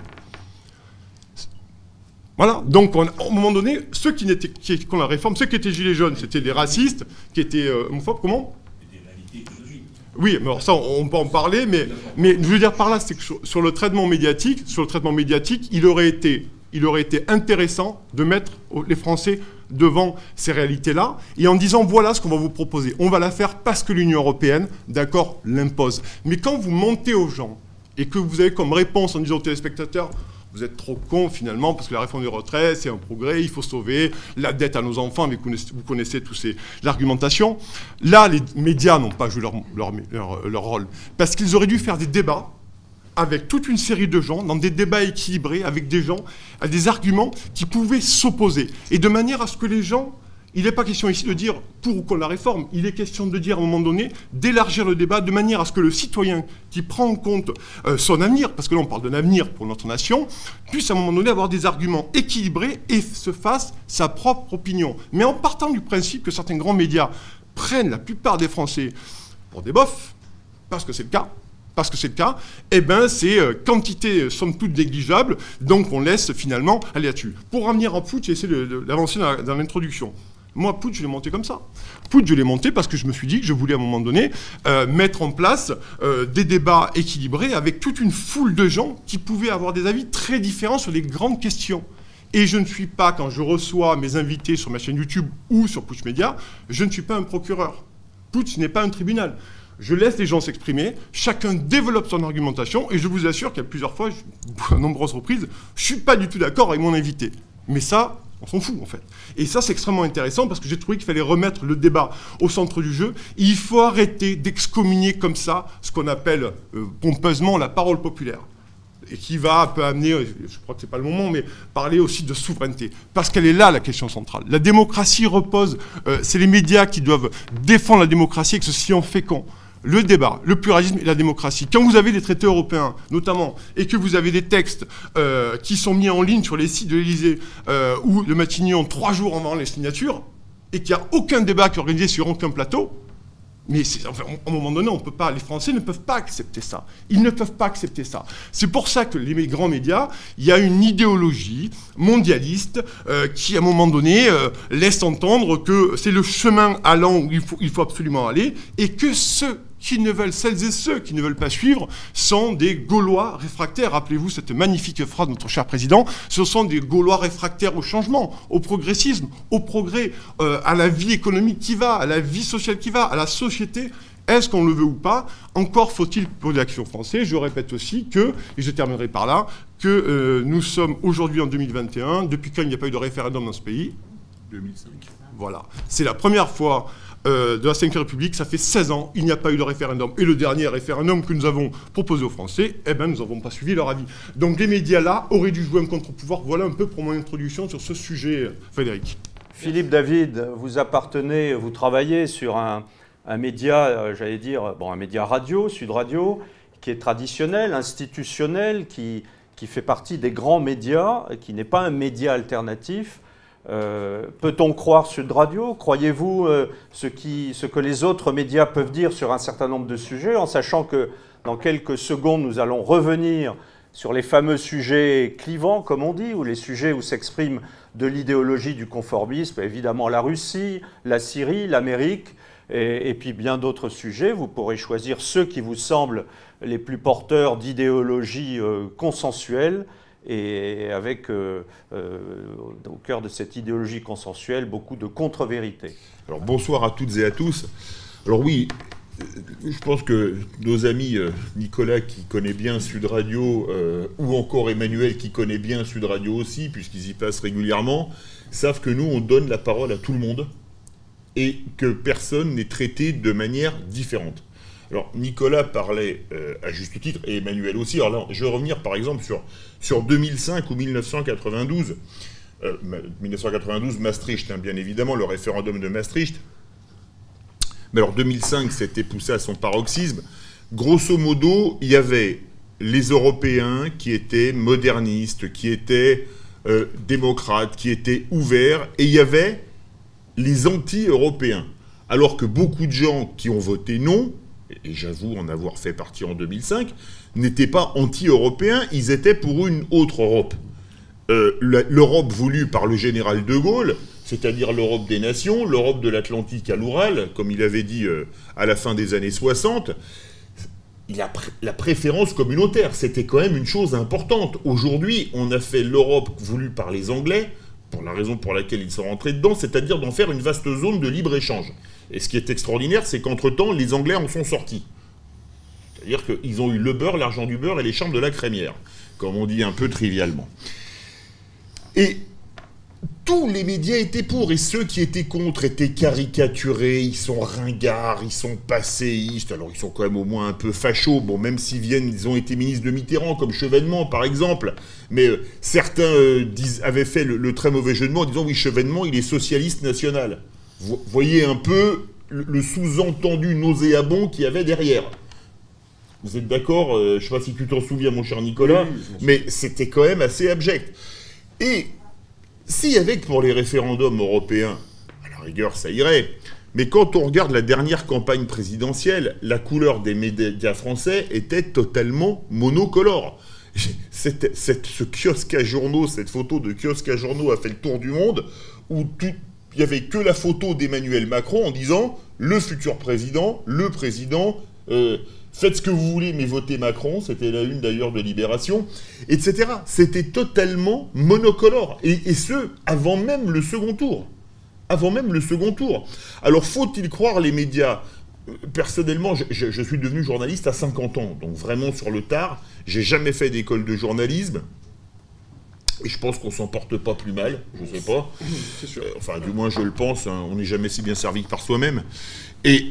Voilà, donc on, à un moment donné, ceux qui n'étaient qui, qui, la réforme, ceux qui étaient gilets jaunes, c'était des racistes, qui étaient euh, homophobes, comment? Des réalités écologiques. Oui, mais alors ça, on, on peut en parler, mais, mais je veux dire par là, c'est que sur, sur le traitement médiatique, sur le traitement médiatique, il aurait été, il aurait été intéressant de mettre les Français devant ces réalités-là, et en disant voilà ce qu'on va vous proposer. On va la faire parce que l'Union européenne, d'accord, l'impose. Mais quand vous montez aux gens, et que vous avez comme réponse en disant aux téléspectateurs, vous êtes trop cons finalement, parce que la réforme des retraites, c'est un progrès, il faut sauver la dette à nos enfants, mais vous connaissez, vous connaissez tous ces l'argumentation. Là, les médias n'ont pas joué leur, leur, leur, leur rôle, parce qu'ils auraient dû faire des débats avec toute une série de gens, dans des débats équilibrés, avec des gens, à des arguments qui pouvaient s'opposer. Et de manière à ce que les gens, il n'est pas question ici de dire pour ou contre la réforme, il est question de dire à un moment donné, d'élargir le débat de manière à ce que le citoyen qui prend en compte euh, son avenir, parce que là on parle d'un avenir pour notre nation, puisse à un moment donné avoir des arguments équilibrés et se fasse sa propre opinion. Mais en partant du principe que certains grands médias prennent la plupart des Français pour des bofs, parce que c'est le cas, parce que c'est le cas, eh bien c'est euh, quantité, euh, somme toute négligeable, donc on laisse finalement aller là-dessus. Pour revenir en Putsch, j'ai essayé d'avancer dans, dans l'introduction. Moi, Putsch, je l'ai monté comme ça. Putsch, je l'ai monté parce que je me suis dit que je voulais à un moment donné euh, mettre en place euh, des débats équilibrés avec toute une foule de gens qui pouvaient avoir des avis très différents sur les grandes questions. Et je ne suis pas, quand je reçois mes invités sur ma chaîne YouTube ou sur Putsch Média, je ne suis pas un procureur. Putsch n'est pas un tribunal. Je laisse les gens s'exprimer, chacun développe son argumentation, et je vous assure qu'il y a plusieurs fois, à nombreuses reprises, je ne suis pas du tout d'accord avec mon invité. Mais ça, on s'en fout, en fait. Et ça, c'est extrêmement intéressant, parce que j'ai trouvé qu'il fallait remettre le débat au centre du jeu. Et il faut arrêter d'excommunier comme ça ce qu'on appelle euh, pompeusement la parole populaire. Et qui va peut amener, je crois que ce n'est pas le moment, mais parler aussi de souveraineté. Parce qu'elle est là, la question centrale. La démocratie repose, euh, c'est les médias qui doivent défendre la démocratie avec ce sillon fécond. Le débat, le pluralisme et la démocratie. Quand vous avez des traités européens, notamment, et que vous avez des textes euh, qui sont mis en ligne sur les sites de l'Élysée euh, ou de Matignon trois jours avant les signatures, et qu'il n'y a aucun débat qui est organisé sur aucun plateau, mais enfin, à un moment donné, on peut pas, les Français ne peuvent pas accepter ça. Ils ne peuvent pas accepter ça. C'est pour ça que les grands médias, il y a une idéologie mondialiste euh, qui, à un moment donné, euh, laisse entendre que c'est le chemin allant où il faut, il faut absolument aller, et que ceux qui ne veulent, celles et ceux qui ne veulent pas suivre, sont des Gaulois réfractaires. Rappelez-vous cette magnifique phrase de notre cher président, ce sont des Gaulois réfractaires au changement, au progressisme, au progrès, euh, à la vie économique qui va, à la vie sociale qui va, à la société. Est-ce qu'on le veut ou pas? Encore faut-il poser l'action française. Je répète aussi que, et je terminerai par là, que euh, nous sommes aujourd'hui en deux mille vingt et un, depuis quand il n'y a pas eu de référendum dans ce pays? deux mille cinq. Voilà. C'est la première fois euh, de la cinquième République, ça fait seize ans, il n'y a pas eu de référendum. Et le dernier référendum que nous avons proposé aux Français, eh bien, nous n'avons pas suivi leur avis. Donc les médias, là, auraient dû jouer un contre-pouvoir. Voilà un peu pour mon introduction sur ce sujet, Frédéric. Philippe David, vous appartenez, vous travaillez sur un, un média, euh, j'allais dire, bon, un média radio, Sud Radio, qui est traditionnel, institutionnel, qui, qui fait partie des grands médias, qui n'est pas un média alternatif. Euh, peut-on croire Sud Radio? Croyez-vous euh, ce, qui, ce que les autres médias peuvent dire sur un certain nombre de sujets, en sachant que dans quelques secondes, nous allons revenir sur les fameux sujets clivants, comme on dit, ou les sujets où s'exprime de l'idéologie du conformisme, évidemment la Russie, la Syrie, l'Amérique, et, et puis bien d'autres sujets. Vous pourrez choisir ceux qui vous semblent les plus porteurs d'idéologie euh, consensuelle, et avec euh, euh, au cœur de cette idéologie consensuelle beaucoup de contre-vérités. Alors bonsoir à toutes et à tous. Alors oui, je pense que nos amis euh, Nicolas qui connaît bien Sud Radio euh, ou encore Emmanuel qui connaît bien Sud Radio aussi, puisqu'ils y passent régulièrement, savent que nous on donne la parole à tout le monde et que personne n'est traité de manière différente. Alors, Nicolas parlait euh, à juste titre, et Emmanuel aussi. Alors là, je vais revenir par exemple sur, sur deux mille cinq ou mille neuf cent quatre-vingt-douze. Euh, mille neuf cent quatre-vingt-douze, Maastricht, hein, bien évidemment, le référendum de Maastricht. Mais alors, deux mille cinq, c'était poussé à son paroxysme. Grosso modo, il y avait les Européens qui étaient modernistes, qui étaient euh, démocrates, qui étaient ouverts, et il y avait les anti-européens. Alors que beaucoup de gens qui ont voté non, et j'avoue en avoir fait partie en deux mille cinq, n'étaient pas anti-européens, ils étaient pour une autre Europe. Euh, L'Europe voulue par le général de Gaulle, c'est-à-dire l'Europe des nations, l'Europe de l'Atlantique à l'Oural, comme il avait dit euh, à la fin des années soixante, il a pr la préférence communautaire, c'était quand même une chose importante. Aujourd'hui, on a fait l'Europe voulue par les Anglais, pour la raison pour laquelle ils sont rentrés dedans, c'est-à-dire d'en faire une vaste zone de libre-échange. Et ce qui est extraordinaire, c'est qu'entre-temps, les Anglais en sont sortis. C'est-à-dire qu'ils ont eu le beurre, l'argent du beurre et les chambres de la crémière, comme on dit un peu trivialement. Et tous les médias étaient pour, et ceux qui étaient contre étaient caricaturés, ils sont ringards, ils sont passéistes, alors ils sont quand même au moins un peu fachos, bon, même s'ils viennent, ils ont été ministres de Mitterrand, comme Chevènement, par exemple, mais euh, certains euh, disent, avaient fait le, le très mauvais jeu de mots en disant, oui, Chevènement, il est socialiste national. Vous voyez un peu le, le sous-entendu nauséabond qu'il y avait derrière. Vous êtes d'accord? euh, Je ne sais pas si tu t'en souviens, mon cher Nicolas, oui, oui, mais c'était quand même assez abject. Et s'il y avait que pour les référendums européens, à la rigueur, ça irait. Mais quand on regarde la dernière campagne présidentielle, la couleur des médias français était totalement monocolore. Cette, cette, ce kiosque à journaux, cette photo de kiosque à journaux a fait le tour du monde, où tout, il n'y avait que la photo d'Emmanuel Macron en disant « le futur président, le président euh, Faites ce que vous voulez, mais votez Macron. C'était la une d'ailleurs de Libération, et cetera. C'était totalement monocolore. Et, et ce, avant même le second tour. Avant même le second tour. Alors, faut-il croire les médias ? Personnellement, je, je, je suis devenu journaliste à cinquante ans. Donc vraiment sur le tard. J'ai jamais fait d'école de journalisme. Et je pense qu'on s'en porte pas plus mal. Je sais pas. C'est sûr. Enfin, du moins, je le pense. Hein, on n'est jamais si bien servi que par soi-même. Et...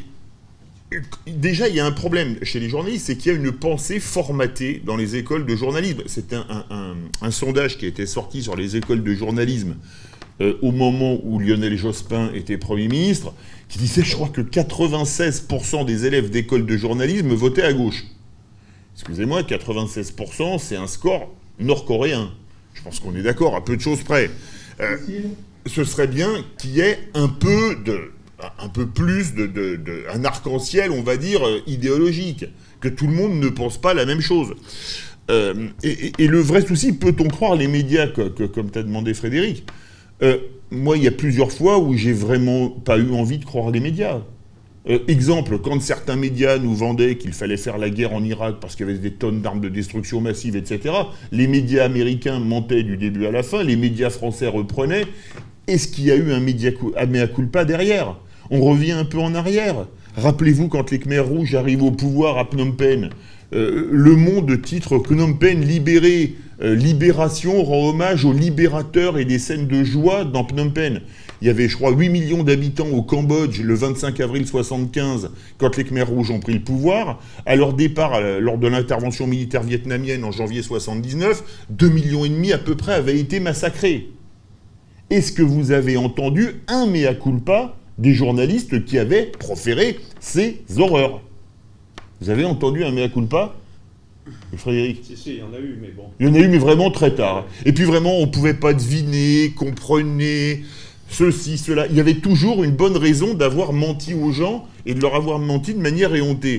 déjà, il y a un problème chez les journalistes, c'est qu'il y a une pensée formatée dans les écoles de journalisme. C'est un, un, un, un sondage qui a été sorti sur les écoles de journalisme euh, au moment où Lionel Jospin était Premier ministre, qui disait, je crois que quatre-vingt-seize pour cent des élèves d'école de journalisme votaient à gauche. Excusez-moi, quatre-vingt-seize pour cent, c'est un score nord-coréen. Je pense qu'on est d'accord, à peu de choses près. Euh, ce serait bien qu'il y ait un peu de... un peu plus de, de, de un arc-en-ciel, on va dire, euh, idéologique, que tout le monde ne pense pas la même chose. Euh, et, et, et le vrai souci, peut-on croire les médias, que, que, comme tu as demandé Frédéric, euh, moi, il y a plusieurs fois où j'ai vraiment pas eu envie de croire les médias. Euh, exemple, quand certains médias nous vendaient qu'il fallait faire la guerre en Irak parce qu'il y avait des tonnes d'armes de destruction massive, et cetera, les médias américains mentaient du début à la fin, les médias français reprenaient. Est-ce qu'il y a eu un média mea culpa derrière ? On revient un peu en arrière. Rappelez-vous quand les Khmers rouges arrivent au pouvoir à Phnom Penh. Euh, le Monde titre Phnom Penh libéré. Euh, Libération rend hommage aux libérateurs et des scènes de joie dans Phnom Penh. Il y avait, je crois, huit millions d'habitants au Cambodge le vingt-cinq avril soixante-quinze, quand les Khmers rouges ont pris le pouvoir. À leur départ, euh, lors de l'intervention militaire vietnamienne en janvier soixante-dix-neuf, deux millions et demi à peu près avaient été massacrés. Est-ce que vous avez entendu un mea culpa des journalistes qui avaient proféré ces horreurs? Vous avez entendu un mea culpa, Frédéric? Si, si, il y en a eu, mais bon. Il y en a eu, mais vraiment très tard. Et puis vraiment, on ne pouvait pas deviner, comprenez, ceci, cela. Il y avait toujours une bonne raison d'avoir menti aux gens et de leur avoir menti de manière éhontée.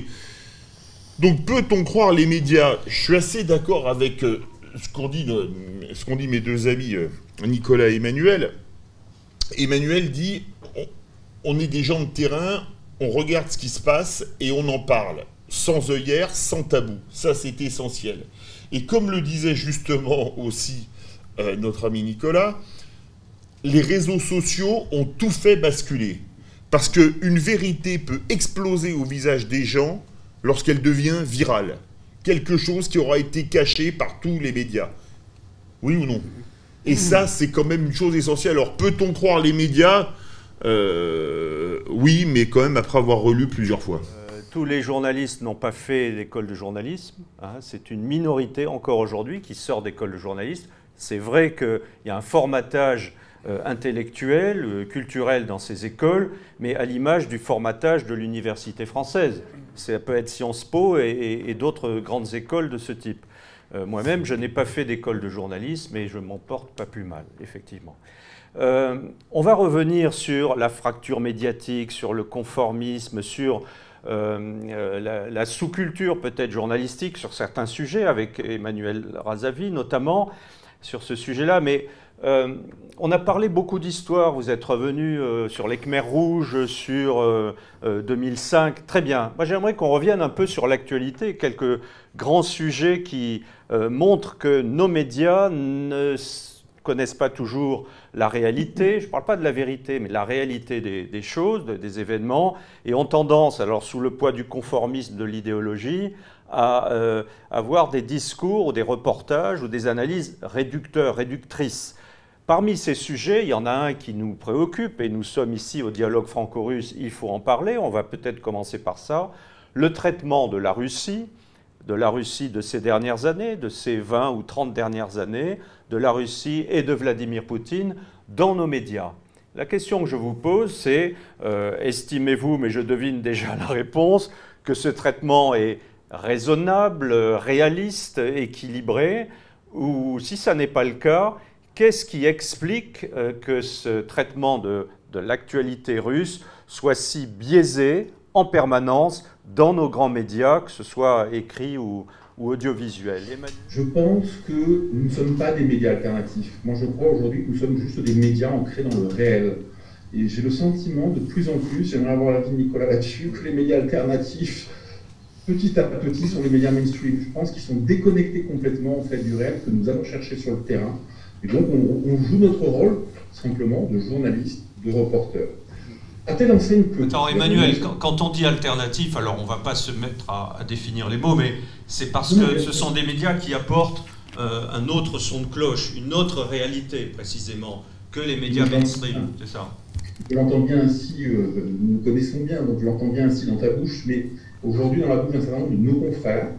Donc, peut-on croire les médias? Je suis assez d'accord avec euh, ce qu'ont dit, euh, ce qu'ont dit mes deux amis, euh, Nicolas et Emmanuel. Emmanuel dit... On, On est des gens de terrain, on regarde ce qui se passe et on en parle, sans œillères, sans tabou. Ça, c'est essentiel. Et comme le disait justement aussi euh, notre ami Nicolas, les réseaux sociaux ont tout fait basculer. Parce qu'une vérité peut exploser au visage des gens lorsqu'elle devient virale. Quelque chose qui aura été caché par tous les médias. Oui ou non? Et ça, c'est quand même une chose essentielle. Alors, peut-on croire les médias ? Euh, oui, mais quand même après avoir relu plusieurs fois. Euh, tous les journalistes n'ont pas fait l'école de journalisme. Hein, c'est une minorité encore aujourd'hui qui sort d'école de journalisme. C'est vrai qu'il y a un formatage euh, intellectuel, euh, culturel dans ces écoles, mais à l'image du formatage de l'université française. Ça peut être Sciences Po et, et, et d'autres grandes écoles de ce type. Euh, moi-même, je n'ai pas fait d'école de journalisme et je m'en porte pas plus mal, effectivement. Euh, on va revenir sur la fracture médiatique, sur le conformisme, sur euh, euh, la, la sous-culture peut-être journalistique, sur certains sujets, avec Emmanuel Razavi notamment, sur ce sujet-là. Mais euh, on a parlé beaucoup d'histoire, vous êtes revenu euh, sur les Khmers rouges, sur euh, euh, deux mille cinq, très bien. Moi j'aimerais qu'on revienne un peu sur l'actualité, quelques grands sujets qui euh, montrent que nos médias ne connaissent pas toujours la réalité, je ne parle pas de la vérité, mais de la réalité des, des choses, des événements, et ont tendance, alors sous le poids du conformisme de l'idéologie, à euh, avoir des discours ou des reportages ou des analyses réducteurs, réductrices. Parmi ces sujets, il y en a un qui nous préoccupe, et nous sommes ici au dialogue franco-russe, il faut en parler, on va peut-être commencer par ça, le traitement de la Russie, de la Russie de ces dernières années, de ces vingt ou trente dernières années, de la Russie et de Vladimir Poutine dans nos médias. La question que je vous pose, c'est, euh, estimez-vous, mais je devine déjà la réponse, que ce traitement est raisonnable, réaliste, équilibré, ou si ça n'est pas le cas, qu'est-ce qui explique euh, que ce traitement de, de l'actualité russe soit si biaisé en permanence dans nos grands médias, que ce soit écrit ou, ou audiovisuel? Je pense que nous ne sommes pas des médias alternatifs. Moi, je crois aujourd'hui que nous sommes juste des médias ancrés dans le réel. Et j'ai le sentiment, de plus en plus, j'aimerais avoir l'avis de Nicolas là-dessus, que les médias alternatifs petit à petit sur les médias mainstream. Je pense qu'ils sont déconnectés complètement en fait, du réel que nous allons chercher sur le terrain. Et donc on, on joue notre rôle simplement de journaliste, de reporter. À telle enseigne que... Attends Emmanuel, quand, quand on dit alternatif, alors on ne va pas se mettre à, à définir les mots, mais c'est parce que ce sont des médias qui apportent euh, un autre son de cloche, une autre réalité précisément, que les médias mainstream, c'est ça. Je l'entends bien ainsi, euh, nous nous connaissons bien, donc je l'entends bien ainsi dans ta bouche, mais aujourd'hui dans la bouche d'un certain nombre de nos confrères,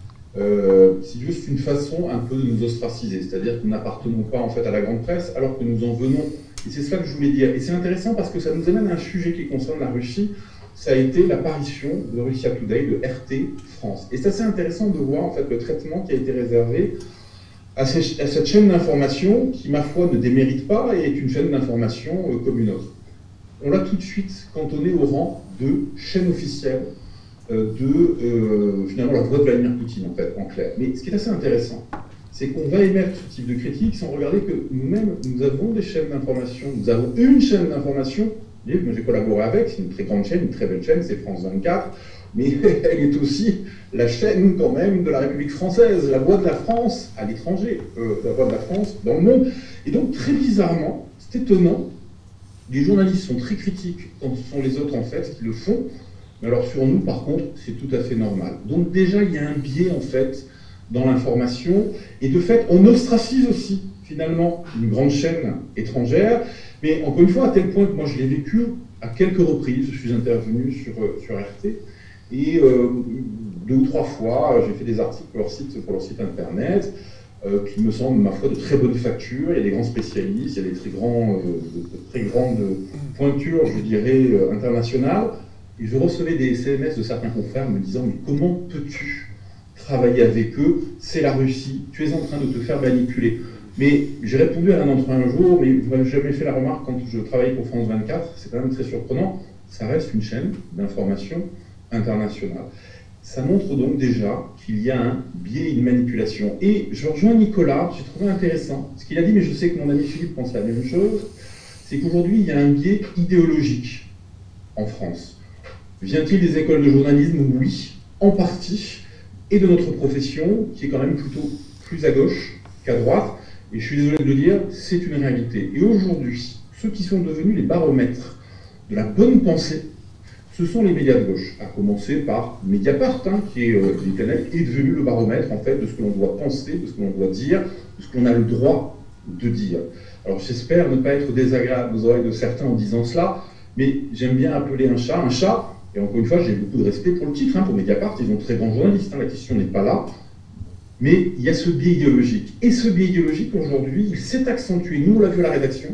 euh, c'est juste une façon un peu de nous ostraciser, c'est-à-dire que nous n'appartenons pas en fait à la grande presse, alors que nous en venons, et c'est cela que je voulais dire. Et c'est intéressant parce que ça nous amène à un sujet qui concerne la Russie, ça a été l'apparition de Russia Today, de R T France. Et c'est assez intéressant de voir en fait le traitement qui a été réservé à, ces, à cette chaîne d'information qui, ma foi, ne démérite pas et est une chaîne d'information euh, comme une autre. On l'a tout de suite cantonné au rang de chaîne officielle euh, de, euh, finalement, la voix de Vladimir Poutine, en fait, en clair. Mais ce qui est assez intéressant, c'est qu'on va émettre ce type de critique sans regarder que nous-mêmes, nous avons des chaînes d'information, nous avons une chaîne d'information, moi j'ai collaboré avec, c'est une très grande chaîne, une très belle chaîne, c'est France vingt-quatre, mais elle est aussi la chaîne quand même de la République française, la voix de la France à l'étranger, euh, la voix de la France dans le monde. Et donc très bizarrement, c'est étonnant, les journalistes sont très critiques quand ce sont les autres en fait qui le font, mais alors sur nous par contre c'est tout à fait normal. Donc déjà il y a un biais en fait dans l'information, et de fait on ostracise aussi finalement une grande chaîne étrangère, mais encore une fois à tel point que moi je l'ai vécu à quelques reprises, je suis intervenu sur, sur R T, et euh, deux ou trois fois j'ai fait des articles pour leur site, pour leur site internet, euh, qui me semblent ma foi de très bonne facture, il y a des grands spécialistes, il y a des très, grands, euh, de, de très grandes pointures, je dirais, euh, internationales, et je recevais des S M S de certains confrères me disant « mais comment peux-tu travailler avec eux, c'est la Russie, tu es en train de te faire manipuler ». Mais j'ai répondu à l'un d'entre eux un jour, mais vous n'avez jamais fait la remarque quand je travaillais pour France vingt-quatre, c'est quand même très surprenant, ça reste une chaîne d'information internationale. Ça montre donc déjà qu'il y a un biais, une manipulation. Et je rejoins Nicolas, j'ai trouvé intéressant ce qu'il a dit, mais je sais que mon ami Philippe pense la même chose, c'est qu'aujourd'hui il y a un biais idéologique en France. Vient-il des écoles de journalisme? Oui, en partie, et de notre profession, qui est quand même plutôt plus à gauche qu'à droite. Et je suis désolé de le dire, c'est une réalité. Et aujourd'hui, ceux qui sont devenus les baromètres de la bonne pensée, ce sont les médias de gauche, à commencer par Mediapart, hein, qui est, euh, est devenu le baromètre en fait, de ce que l'on doit penser, de ce que l'on doit dire, de ce qu'on a le droit de dire. Alors j'espère ne pas être désagréable aux oreilles de certains en disant cela, mais j'aime bien appeler un chat un chat, et encore une fois, j'ai beaucoup de respect pour le titre, hein, pour Mediapart, ils ont de très grands journalistes, hein, la question n'est pas là. Mais il y a ce biais idéologique. Et ce biais idéologique, aujourd'hui, il s'est accentué. Nous, on l'a vu à la rédaction.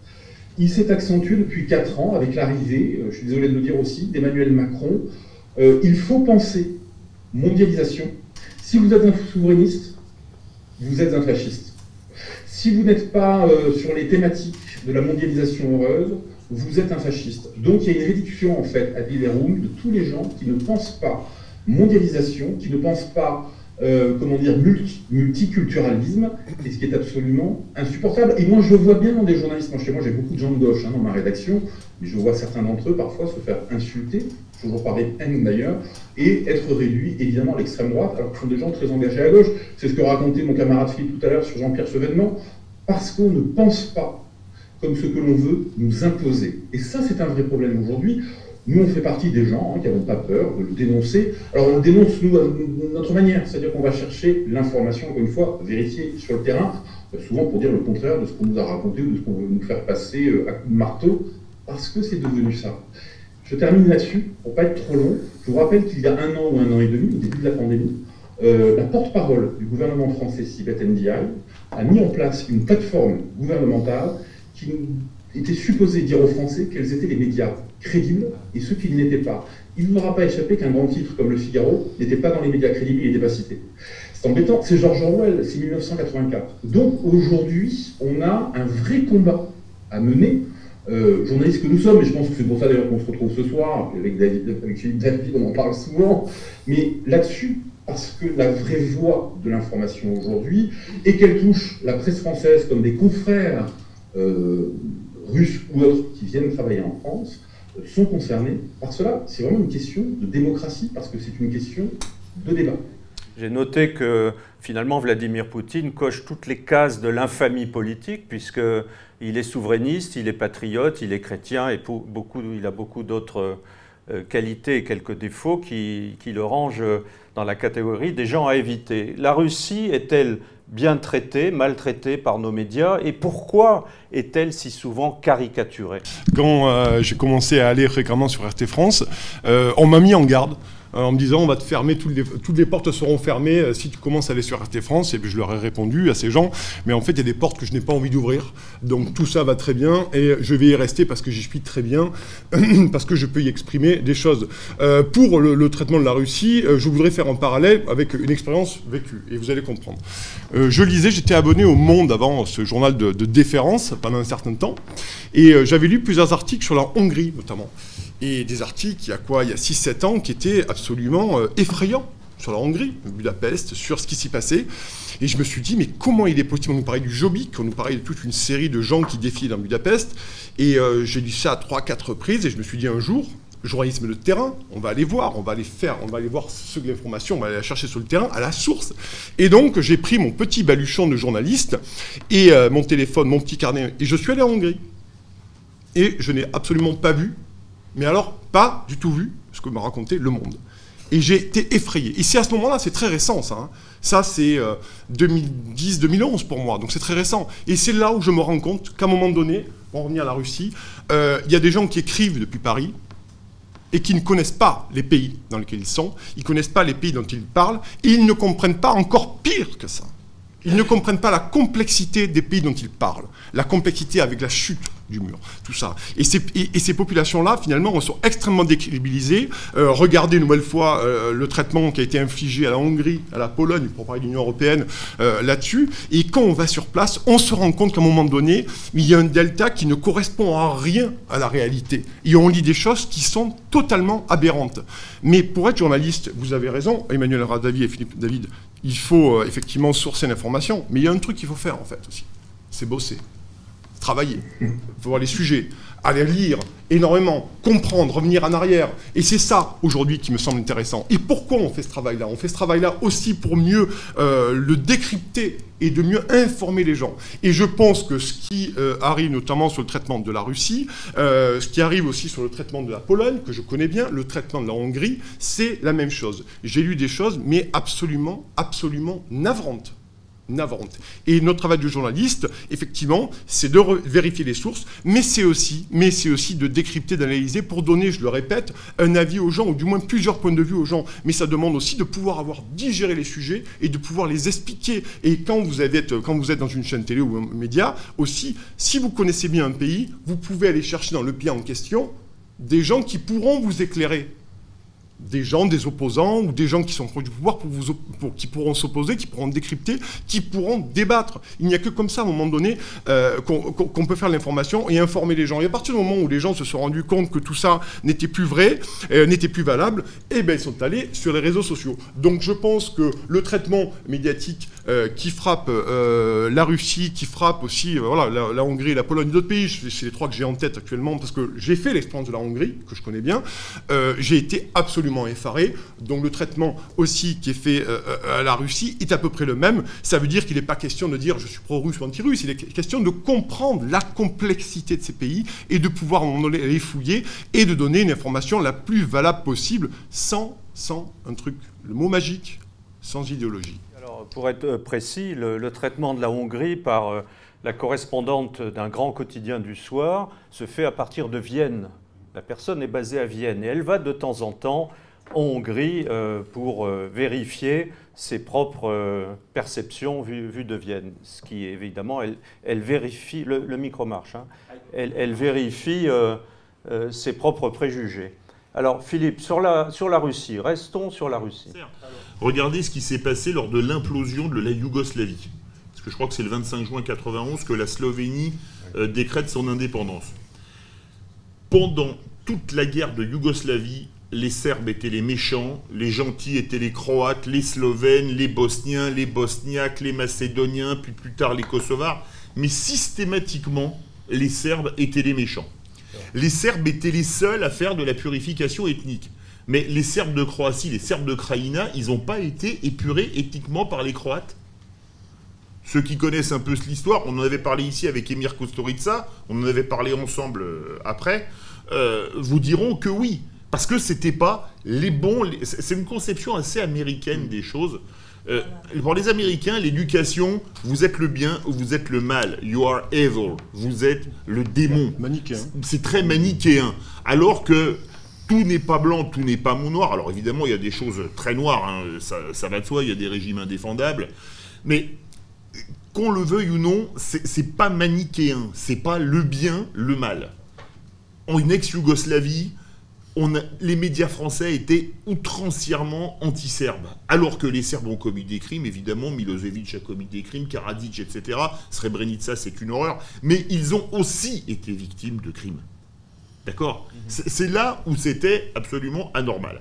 Il s'est accentué depuis quatre ans avec l'arrivée, euh, je suis désolé de le dire aussi, d'Emmanuel Macron. Euh, il faut penser mondialisation. Si vous êtes un souverainiste, vous êtes un fasciste. Si vous n'êtes pas euh, sur les thématiques de la mondialisation heureuse, vous êtes un fasciste. Donc il y a une réduction, en fait, à Bilerum de tous les gens qui ne pensent pas mondialisation, qui ne pensent pas Euh, comment dire, multi, multiculturalisme, et ce qui est absolument insupportable. Et moi, je vois bien dans des journalistes, moi, chez moi, j'ai beaucoup de gens de gauche hein, dans ma rédaction, mais je vois certains d'entre eux parfois se faire insulter, toujours par des haines d'ailleurs, et être réduits évidemment à l'extrême droite, alors qu'ils sont des gens très engagés à gauche. C'est ce que racontait mon camarade Philippe tout à l'heure sur Jean-Pierre Chevènement, parce qu'on ne pense pas comme ce que l'on veut nous imposer. Et ça, c'est un vrai problème aujourd'hui. Nous, on fait partie des gens hein, qui n'avons pas peur de le dénoncer. Alors, on le dénonce, nous, à notre manière. C'est-à-dire qu'on va chercher l'information, encore une fois, vérifiée sur le terrain, souvent pour dire le contraire de ce qu'on nous a raconté ou de ce qu'on veut nous faire passer à coups de marteau, parce que c'est devenu ça. Je termine là-dessus, pour ne pas être trop long. Je vous rappelle qu'il y a un an ou un an et demi, au début de la pandémie, euh, la porte-parole du gouvernement français, Sibeth Ndiaye, a mis en place une plateforme gouvernementale qui était supposée dire aux Français quels étaient les médias crédibles et ceux qui ne l'étaient pas. Il ne m'aura pas échappé qu'un grand titre comme Le Figaro n'était pas dans les médias crédibles, il n'était pas cité. C'est embêtant, c'est George Orwell, c'est mille neuf cent quatre-vingt-quatre. Donc aujourd'hui, on a un vrai combat à mener, euh, journalistes que nous sommes, et je pense que c'est pour ça d'ailleurs qu'on se retrouve ce soir, avec David, avec Philippe David, on en parle souvent, mais là-dessus, parce que la vraie voie de l'information aujourd'hui, et qu'elle touche la presse française comme des confrères euh, russes ou autres qui viennent travailler en France, sont concernés par cela. C'est vraiment une question de démocratie, parce que c'est une question de débat. J'ai noté que finalement Vladimir Poutine coche toutes les cases de l'infamie politique, puisqu'il est souverainiste, il est patriote, il est chrétien, et beaucoup, il a beaucoup d'autres qualités et quelques défauts qui, qui le rangent dans la catégorie des gens à éviter. La Russie est-elle bien traitée, maltraitée par nos médias, et pourquoi est-elle si souvent caricaturée? Quand euh, j'ai commencé à aller fréquemment sur R T France, euh, on m'a mis en garde en me disant on va te fermer, toutes les, toutes les portes seront fermées euh, si tu commences à aller sur R T France. Et puis je leur ai répondu à ces gens, mais en fait il y a des portes que je n'ai pas envie d'ouvrir, donc tout ça va très bien et je vais y rester parce que j'y suis très bien, parce que je peux y exprimer des choses. Euh, pour le, le traitement de la Russie, euh, je voudrais faire un parallèle avec une expérience vécue, et vous allez comprendre. Euh, je lisais, j'étais abonné au Monde avant, ce journal de, de déférence, pendant un certain temps, et euh, j'avais lu plusieurs articles sur la Hongrie notamment. Et des articles, il y a quoi, il y a six sept ans, qui étaient absolument euh, effrayants sur la Hongrie, Budapest, sur ce qui s'y passait. Et je me suis dit, mais comment il est possible? On nous parlait du Jobbik, on nous parlait de toute une série de gens qui défilaient dans Budapest. Et euh, j'ai lu ça à trois quatre reprises, et je me suis dit un jour, journalisme de terrain, on va aller voir, on va aller faire, on va aller voir ce que l'information, on va aller la chercher sur le terrain, à la source. Et donc, j'ai pris mon petit baluchon de journaliste, et euh, mon téléphone, mon petit carnet, et je suis allé en Hongrie. Et je n'ai absolument pas vu, mais alors pas du tout vu ce que m'a raconté Le Monde. Et j'ai été effrayé. Et c'est à ce moment-là, c'est très récent ça. Hein. Ça c'est euh, deux mille dix deux mille onze pour moi, donc c'est très récent. Et c'est là où je me rends compte qu'à un moment donné, pour en revenir à la Russie, euh, il y a des gens qui écrivent depuis Paris et qui ne connaissent pas les pays dans lesquels ils sont, ils ne connaissent pas les pays dont ils parlent, et ils ne comprennent pas, encore pire que ça, ils ne comprennent pas la complexité des pays dont ils parlent, la complexité avec la chute du mur, tout ça. Et ces, et, et ces populations-là, finalement, sont extrêmement décrédibilisées. Euh, regardez une nouvelle fois euh, le traitement qui a été infligé à la Hongrie, à la Pologne, pour parler de l'Union européenne, euh, là-dessus. Et quand on va sur place, on se rend compte qu'à un moment donné, il y a un delta qui ne correspond à rien à la réalité. Et on lit des choses qui sont totalement aberrantes. Mais pour être journaliste, vous avez raison, Emmanuel Radavi et Philippe David, il faut euh, effectivement sourcer l'information. Mais il y a un truc qu'il faut faire, en fait, aussi. C'est bosser. Travailler, voir les sujets, aller lire énormément, comprendre, revenir en arrière. Et c'est ça, aujourd'hui, qui me semble intéressant. Et pourquoi on fait ce travail-là? On fait ce travail-là aussi pour mieux euh, le décrypter et de mieux informer les gens. Et je pense que ce qui euh, arrive notamment sur le traitement de la Russie, euh, ce qui arrive aussi sur le traitement de la Pologne, que je connais bien, le traitement de la Hongrie, c'est la même chose. J'ai lu des choses, mais absolument, absolument navrantes. navrante. Et notre travail de journaliste, effectivement, c'est de vérifier les sources, mais c'est aussi, mais c'est aussi de décrypter, d'analyser pour donner, je le répète, un avis aux gens, ou du moins plusieurs points de vue aux gens. Mais ça demande aussi de pouvoir avoir digéré les sujets et de pouvoir les expliquer. Et quand vous, avez, quand vous êtes dans une chaîne télé ou un média, aussi, si vous connaissez bien un pays, vous pouvez aller chercher dans le pays en question des gens qui pourront vous éclairer. Des gens, des opposants, ou des gens qui sont proches du pouvoir pour vous, pour, qui pourront s'opposer, qui pourront décrypter, qui pourront débattre. Il n'y a que comme ça, à un moment donné, euh, qu'on qu'on peut faire l'information et informer les gens. Et à partir du moment où les gens se sont rendus compte que tout ça n'était plus vrai, euh, n'était plus valable, eh bien, ils sont allés sur les réseaux sociaux. Donc je pense que le traitement médiatique euh, qui frappe euh, la Russie, qui frappe aussi euh, voilà, la, la Hongrie, la Pologne, d'autres pays, c'est les trois que j'ai en tête actuellement, parce que j'ai fait l'expérience de la Hongrie, que je connais bien, euh, j'ai été absolument effaré. Donc le traitement aussi qui est fait euh, à la Russie est à peu près le même. Ça veut dire qu'il n'est pas question de dire je suis pro-russe ou anti-russe, il est question de comprendre la complexité de ces pays et de pouvoir à un moment donné les fouiller et de donner une information la plus valable possible sans, sans un truc, le mot magique, sans idéologie. Alors, pour être précis, le, le traitement de la Hongrie par euh, la correspondante d'un grand quotidien du soir se fait à partir de Vienne. La personne est basée à Vienne et elle va de temps en temps en Hongrie euh, pour euh, vérifier ses propres euh, perceptions vues, vues de Vienne. Ce qui, évidemment, elle, elle vérifie, le, le micro marche, hein, elle, elle vérifie euh, euh, ses propres préjugés. Alors, Philippe, sur la, sur la Russie, restons sur la Russie. Regardez ce qui s'est passé lors de l'implosion de la Yougoslavie. Parce que je crois que c'est le vingt-cinq juin quatre-vingt-onze que la Slovénie euh, décrète son indépendance. Pendant toute la guerre de Yougoslavie, les Serbes étaient les méchants, les gentils étaient les Croates, les Slovènes, les Bosniens, les Bosniaques, les Macédoniens, puis plus tard les Kosovars. Mais systématiquement, les Serbes étaient les méchants. Les Serbes étaient les seuls à faire de la purification ethnique. Mais les Serbes de Croatie, les Serbes de Krajina, ils n'ont pas été épurés ethniquement par les Croates. Ceux qui connaissent un peu l'histoire, on en avait parlé ici avec Emir Kusturica, on en avait parlé ensemble euh, après, euh, vous diront que oui. Parce que c'était pas les bons... Les... C'est une conception assez américaine des choses. Euh, pour les Américains, l'éducation, vous êtes le bien ou vous êtes le mal. You are evil. Vous êtes le démon. Manichéen. C'est très manichéen. Alors que tout n'est pas blanc, tout n'est pas noir. Alors évidemment, il y a des choses très noires, hein. ça, ça va de soi, il y a des régimes indéfendables. Mais qu'on le veuille ou non, c'est pas manichéen. C'est pas le bien, le mal. En une ex-Yougoslavie, On a, les médias français étaient outrancièrement anti-serbes, alors que les Serbes ont commis des crimes, évidemment, Milosevic a commis des crimes, Karadzic, et cetera. Srebrenica, c'est une horreur, mais ils ont aussi été victimes de crimes. D'accord ? Mm-hmm. C'est là où c'était absolument anormal.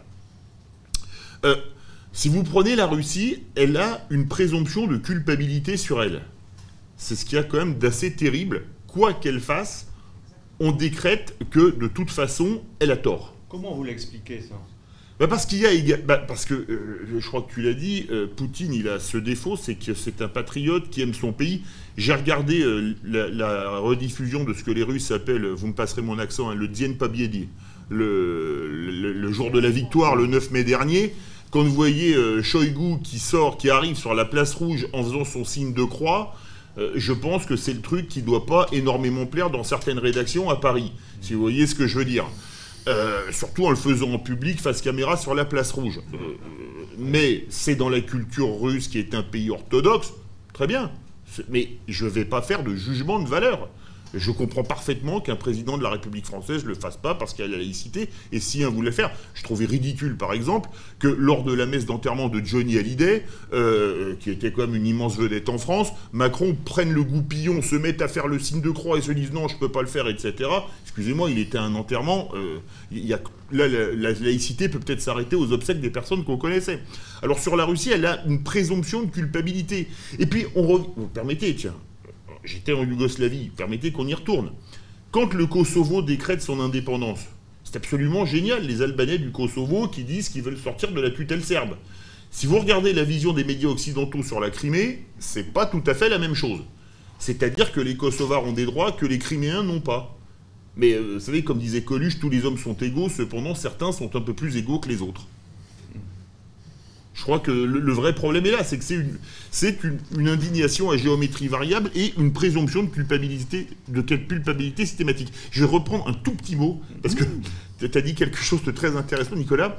Euh, si vous prenez la Russie, elle a une présomption de culpabilité sur elle. C'est ce qu'il y a quand même d'assez terrible. Quoi qu'elle fasse, on décrète que, de toute façon, elle a tort. Comment vous l'expliquez, ça ? Bah parce qu'il y a, bah parce que, euh, je crois que tu l'as dit, euh, Poutine, il a ce défaut, c'est que c'est un patriote qui aime son pays. J'ai regardé euh, la, la rediffusion de ce que les Russes appellent, vous me passerez mon accent, hein, le Dien Pobiedi, le, le, le jour de la victoire, le neuf mai dernier, quand vous voyez euh, Shoigu qui sort, qui arrive sur la place rouge en faisant son signe de croix, euh, je pense que c'est le truc qui ne doit pas énormément plaire dans certaines rédactions à Paris, si vous voyez ce que je veux dire. Euh, surtout en le faisant en public face caméra sur la place rouge. Euh, mais c'est dans la culture russe qui est un pays orthodoxe, très bien. Mais je ne vais pas faire de jugement de valeur. Je comprends parfaitement qu'un président de la République française ne le fasse pas parce qu'il y a la laïcité, et si un voulait faire. Je trouvais ridicule, par exemple, que lors de la messe d'enterrement de Johnny Hallyday, euh, qui était quand même une immense vedette en France, Macron prenne le goupillon, se mette à faire le signe de croix et se dise non, je ne peux pas le faire, et cetera. Excusez-moi, il était à un enterrement. Euh, il y a, là, la, la laïcité peut peut-être s'arrêter aux obsèques des personnes qu'on connaissait. Alors sur la Russie, elle a une présomption de culpabilité. Et puis, on re... vous permettez, tiens... J'étais en Yougoslavie, permettez qu'on y retourne. Quand le Kosovo décrète son indépendance, c'est absolument génial, les Albanais du Kosovo qui disent qu'ils veulent sortir de la tutelle serbe. Si vous regardez la vision des médias occidentaux sur la Crimée, c'est pas tout à fait la même chose. C'est-à-dire que les Kosovars ont des droits que les Criméens n'ont pas. Mais euh, vous savez, comme disait Coluche, tous les hommes sont égaux, cependant certains sont un peu plus égaux que les autres. Je crois que le, le vrai problème est là, c'est que c'est une, c'est une, une indignation à géométrie variable et une présomption de culpabilité, de culpabilité systématique. Je vais reprendre un tout petit mot, parce que tu as dit quelque chose de très intéressant, Nicolas.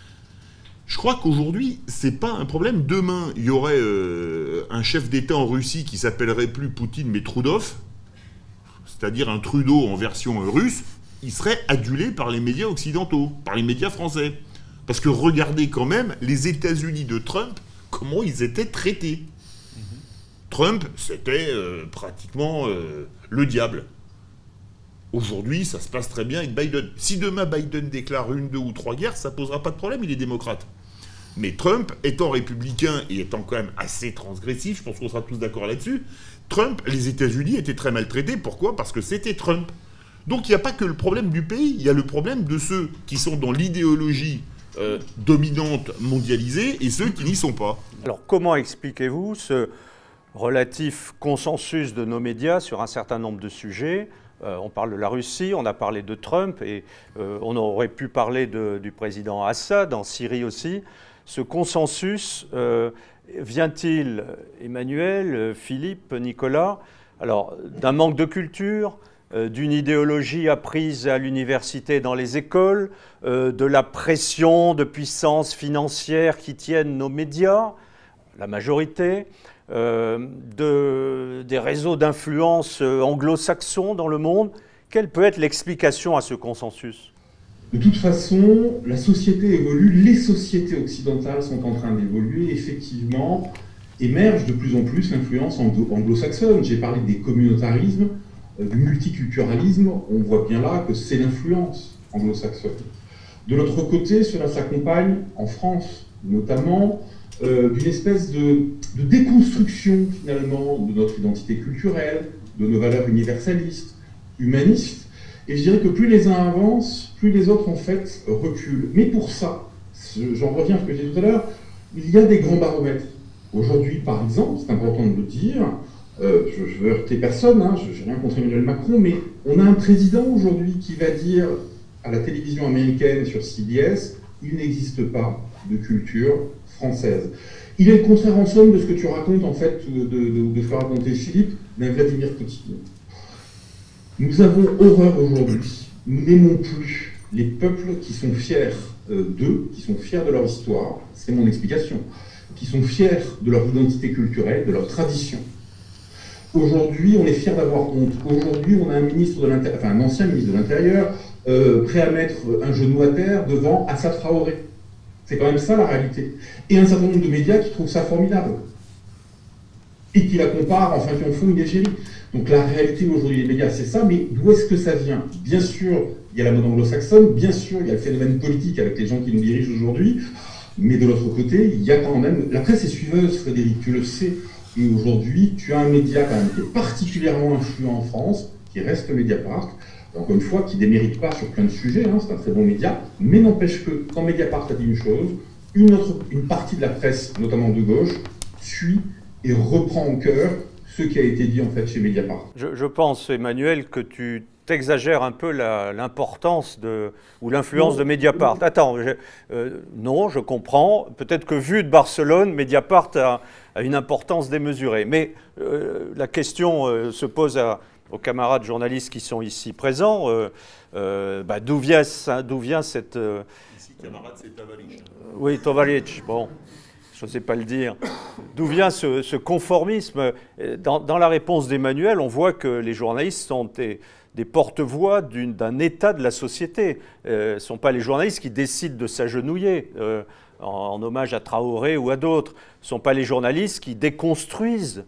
Je crois qu'aujourd'hui, c'est pas un problème. Demain, il y aurait euh, un chef d'État en Russie qui s'appellerait plus Poutine, mais Trudov, c'est-à-dire un Trudeau en version russe, il serait adulé par les médias occidentaux, par les médias français. Parce que regardez quand même les États-Unis de Trump, comment ils étaient traités. Mmh. Trump, c'était euh, pratiquement euh, le diable. Aujourd'hui, ça se passe très bien avec Biden. Si demain Biden déclare une, deux ou trois guerres, ça ne posera pas de problème, il est démocrate. Mais Trump, étant républicain et étant quand même assez transgressif, je pense qu'on sera tous d'accord là-dessus, Trump, les États-Unis étaient très maltraités. Pourquoi ? Parce que c'était Trump. Donc il n'y a pas que le problème du pays, il y a le problème de ceux qui sont dans l'idéologie Euh, dominante mondialisée et ceux qui n'y sont pas. Alors comment expliquez-vous ce relatif consensus de nos médias sur un certain nombre de sujets ? euh, On parle de la Russie, on a parlé de Trump et euh, on aurait pu parler de, du président Assad, en Syrie aussi. Ce consensus euh, vient-il, Emmanuel, Philippe, Nicolas, alors d'un manque de culture, d'une idéologie apprise à l'université dans les écoles, euh, de la pression de puissances financières qui tiennent nos médias, la majorité, euh, de, des réseaux d'influence anglo-saxons dans le monde. Quelle peut être l'explication à ce consensus ? De toute façon, la société évolue, les sociétés occidentales sont en train d'évoluer, effectivement, émerge de plus en plus l'influence anglo-saxonne. J'ai parlé des communautarismes, du multiculturalisme, on voit bien là que c'est l'influence anglo-saxonne. De l'autre côté, cela s'accompagne, en France notamment, euh, d'une espèce de, de déconstruction finalement de notre identité culturelle, de nos valeurs universalistes, humanistes, Et je dirais que plus les uns avancent, plus les autres, en fait, reculent. Mais pour ça, j'en reviens à ce que j'ai dit tout à l'heure, il y a des grands baromètres. Aujourd'hui, par exemple, c'est important de le dire, euh, je ne veux heurter personne, hein, je n'ai rien contre Emmanuel Macron, mais on a un président aujourd'hui qui va dire à la télévision américaine sur C B S, il n'existe pas de culture française. Il est le contraire en somme de ce que tu racontes, en fait, de, de, de ce que racontait Philippe, d'un Vladimir Poutine. Nous avons horreur aujourd'hui, nous n'aimons plus les peuples qui sont fiers euh, d'eux, qui sont fiers de leur histoire, c'est mon explication, qui sont fiers de leur identité culturelle, de leur tradition. Aujourd'hui, on est fiers d'avoir honte. Aujourd'hui, on a un ministre de l'Intérieur, enfin un ancien ministre de l'Intérieur, euh, prêt à mettre un genou à terre devant Assa Traoré. C'est quand même ça la réalité. Et un certain nombre de médias qui trouvent ça formidable. Et qui la comparent, enfin qui en font une égérie. Donc la réalité aujourd'hui des médias, c'est ça, mais d'où est-ce que ça vient? Bien sûr, il y a la mode anglo-saxonne, bien sûr, il y a le phénomène politique avec les gens qui nous dirigent aujourd'hui, mais de l'autre côté, il y a quand même... La presse est suiveuse, Frédéric, tu le sais, et aujourd'hui, tu as un média quand même qui est particulièrement influent en France, qui reste Mediapart, encore une fois, qui ne démérite pas sur plein de sujets, hein, c'est un très bon média, mais n'empêche que quand Mediapart a dit une chose, une, autre, une partie de la presse, notamment de gauche, suit et reprend en cœur ce qui a été dit en fait chez Mediapart. Je, je pense, Emmanuel, que tu t'exagères un peu l'importance de ou l'influence de Mediapart. Attends, je, euh, non, je comprends. Peut-être que vu de Barcelone, Mediapart a, a une importance démesurée. Mais euh, la question euh, se pose à, aux camarades journalistes qui sont ici présents. Euh, euh, bah, d'où vient, d'où vient cette... Euh, ici, camarade, c'est Tavaric. Euh, oui, Tavaric, bon. Je n'osais pas le dire. D'où vient ce, ce conformisme? dans, dans la réponse d'Emmanuel, on voit que les journalistes sont des, des porte-voix d'un état de la société. Euh, ce ne sont pas les journalistes qui décident de s'agenouiller euh, en, en hommage à Traoré ou à d'autres. Ce ne sont pas les journalistes qui déconstruisent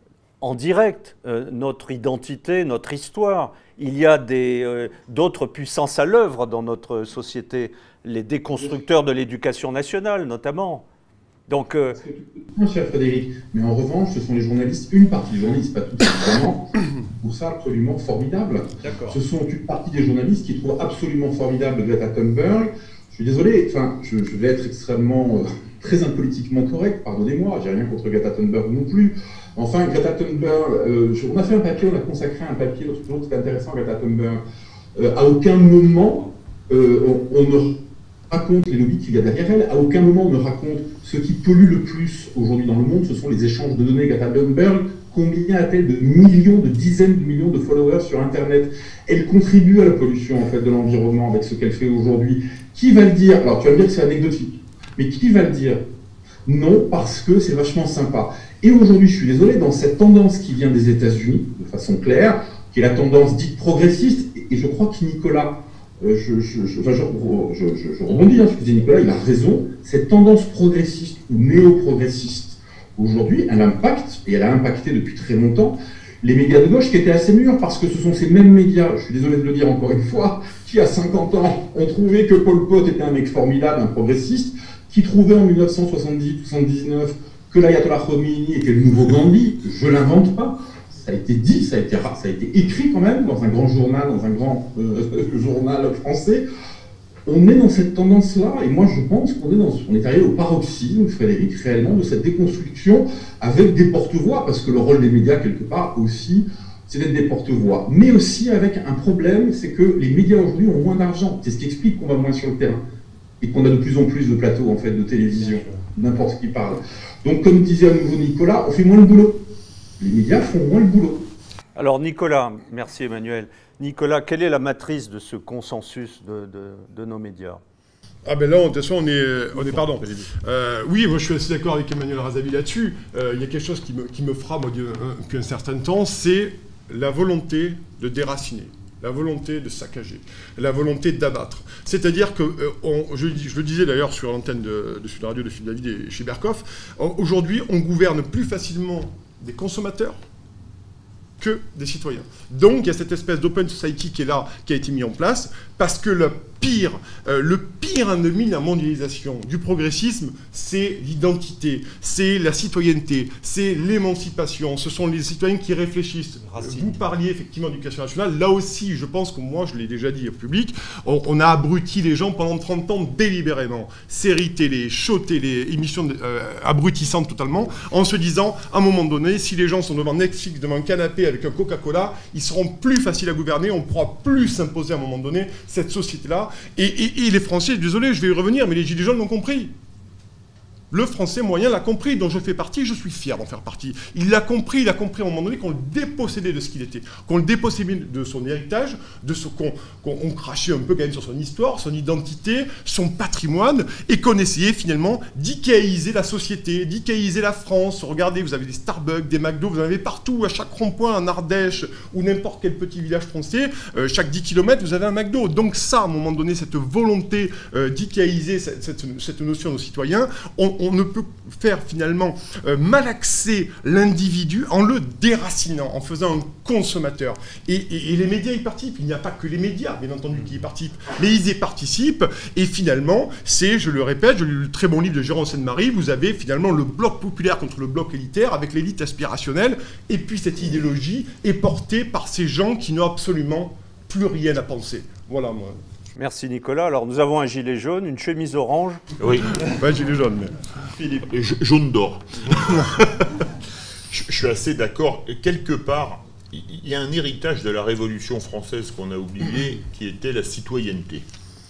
en direct euh, notre identité, notre histoire. Il y a euh, d'autres puissances à l'œuvre dans notre société, les déconstructeurs de l'éducation nationale notamment. Donc, euh... Mon cher Frédéric, mais en revanche, ce sont les journalistes, une partie des journalistes, pas tous évidemment, pour ça absolument formidable. Ce sont une partie des journalistes qui trouvent absolument formidable Greta Thunberg. Je suis désolé, enfin, je, je vais être extrêmement, euh, très impolitiquement correct, pardonnez-moi, j'ai rien contre Greta Thunberg non plus. Enfin, Greta Thunberg, euh, je, on a fait un papier, on a consacré un papier, l'autre jour, c'était intéressant, Greta Thunberg. Euh, à aucun moment, euh, on, on ne raconte les lobbies qu'il y a derrière elle, à aucun moment on ne raconte ce qui pollue le plus aujourd'hui dans le monde, ce sont les échanges de données. Greta Thunberg, combien a-t-elle de millions, de dizaines de millions de followers sur Internet? Elle contribue à la pollution en fait, de l'environnement avec ce qu'elle fait aujourd'hui. Qui va le dire? Alors tu vas me dire que c'est anecdotique, mais qui va le dire? Non, parce que c'est vachement sympa. Et aujourd'hui, je suis désolé, dans cette tendance qui vient des États-Unis, de façon claire, qui est la tendance dite progressiste, et je crois que Nicolas... Euh, je, je, je, enfin, je, je, je, je rebondis, hein, excusez Nicolas, il a raison, cette tendance progressiste ou néo-progressiste, aujourd'hui, elle impacte, et elle a impacté depuis très longtemps, les médias de gauche qui étaient assez mûrs, parce que ce sont ces mêmes médias, je suis désolé de le dire encore une fois, qui à cinquante ans ont trouvé que Pol Pot était un mec formidable, un progressiste, qui trouvaient en mille neuf cent soixante-dix soixante-dix-neuf que l'ayatollah Khomeini était le nouveau Gandhi, je l'invente pas. Ça a été dit, ça a été, ça a été écrit quand même dans un grand journal, dans un grand euh, journal français. On est dans cette tendance-là, et moi je pense qu'on est, dans, on est arrivé au paroxysme, Frédéric, réellement, de cette déconstruction avec des porte-voix, parce que le rôle des médias, quelque part, aussi, c'est d'être des porte-voix. Mais aussi avec un problème, c'est que les médias aujourd'hui ont moins d'argent. C'est ce qui explique qu'on va moins sur le terrain, et qu'on a de plus en plus de plateaux, en fait, de télévision, n'importe qui parle. Donc, comme disait à nouveau Nicolas, on fait moins le boulot. Les médias font moins le boulot. Alors Nicolas, merci Emmanuel. Nicolas, quelle est la matrice de ce consensus de, de, de nos médias? Ah ben là, de toute façon, on est, on est pardon. Euh, oui, moi je suis assez d'accord avec Emmanuel Razavi là-dessus. Euh, il y a quelque chose qui me, qui me frappe moi, depuis un certain temps, c'est la volonté de déraciner, la volonté de saccager, la volonté d'abattre. C'est-à-dire que, euh, on, je, je le disais d'ailleurs sur l'antenne de, de Sud Radio de Philippe David et chez Berkoff, aujourd'hui on gouverne plus facilement des consommateurs que des citoyens. Donc il y a cette espèce d'open society qui est là, qui a été mis en place, parce que le, pire, euh, le pire ennemi de la mondialisation, du progressisme, c'est l'identité, c'est la citoyenneté, c'est l'émancipation, ce sont les citoyens qui réfléchissent. Racine. Vous parliez effectivement d'éducation nationale, là aussi, je pense que moi, je l'ai déjà dit au public, on, on a abruti les gens pendant trente ans délibérément. Séries télé, shows télé, émissions de, euh, abrutissantes totalement, en se disant, à un moment donné, si les gens sont devant Netflix, devant un canapé avec un Coca-Cola, ils seront plus faciles à gouverner, on ne pourra plus s'imposer à un moment donné cette société-là. Et, et, et les Français, désolé, je vais y revenir, mais les Gilets jaunes l'ont compris. Le Français moyen l'a compris, dont je fais partie, je suis fier d'en faire partie. Il l'a compris, il a compris à un moment donné qu'on le dépossédait de ce qu'il était, qu'on le dépossédait de son héritage, de ce qu'on qu'on on crachait un peu quand même sur son histoire, son identité, son patrimoine, et qu'on essayait finalement d'icéiser la société, d'icéiser la France. Regardez, vous avez des Starbucks, des McDo, vous en avez partout, à chaque rond-point, en Ardèche, ou n'importe quel petit village français, euh, chaque dix kilomètres, vous avez un McDo. Donc ça, à un moment donné, cette volonté euh, d'icéiser cette, cette, cette notion de citoyen, on on ne peut faire finalement euh, malaxer l'individu en le déracinant, en faisant un consommateur. Et, et, et les médias y participent. Il n'y a pas que les médias, bien entendu, qui y participent, mais ils y participent. Et finalement, c'est, je le répète, j'ai lu le très bon livre de Jérôme Seine-Marie, vous avez finalement le bloc populaire contre le bloc élitaire, avec l'élite aspirationnelle, et puis cette idéologie est portée par ces gens qui n'ont absolument plus rien à penser. Voilà, moi. Merci Nicolas. Alors nous avons un gilet jaune, une chemise orange. Oui. Pas un gilet jaune, mais... Philippe. Et jaune d'or. je, je suis assez d'accord. Quelque part, il y a un héritage de la Révolution française qu'on a oublié, qui était la citoyenneté.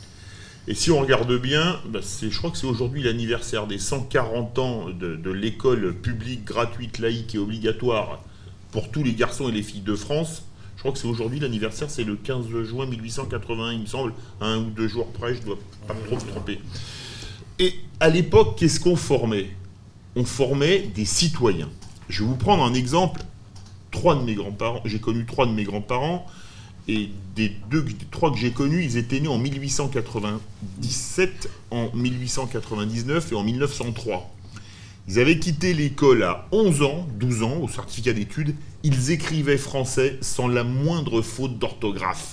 Et si on regarde bien, bah je crois que c'est aujourd'hui l'anniversaire des cent quarante ans de, de l'école publique, gratuite, laïque et obligatoire pour tous les garçons et les filles de France. Je crois que c'est aujourd'hui l'anniversaire, c'est le quinze juin mille huit cent quatre-vingt-un, il me semble, à un ou deux jours près, je ne dois pas trop me tromper. Et à l'époque, qu'est-ce qu'on formait? On formait des citoyens. Je vais vous prendre un exemple. Trois de mes grands-parents, j'ai connu trois de mes grands-parents, et des deux, des trois que j'ai connus, ils étaient nés en mille huit cent quatre-vingt-dix-sept, en mille huit cent quatre-vingt-dix-neuf et en mille neuf cent trois. Ils avaient quitté l'école à onze ans, douze ans, au certificat d'études. Ils écrivaient français sans la moindre faute d'orthographe.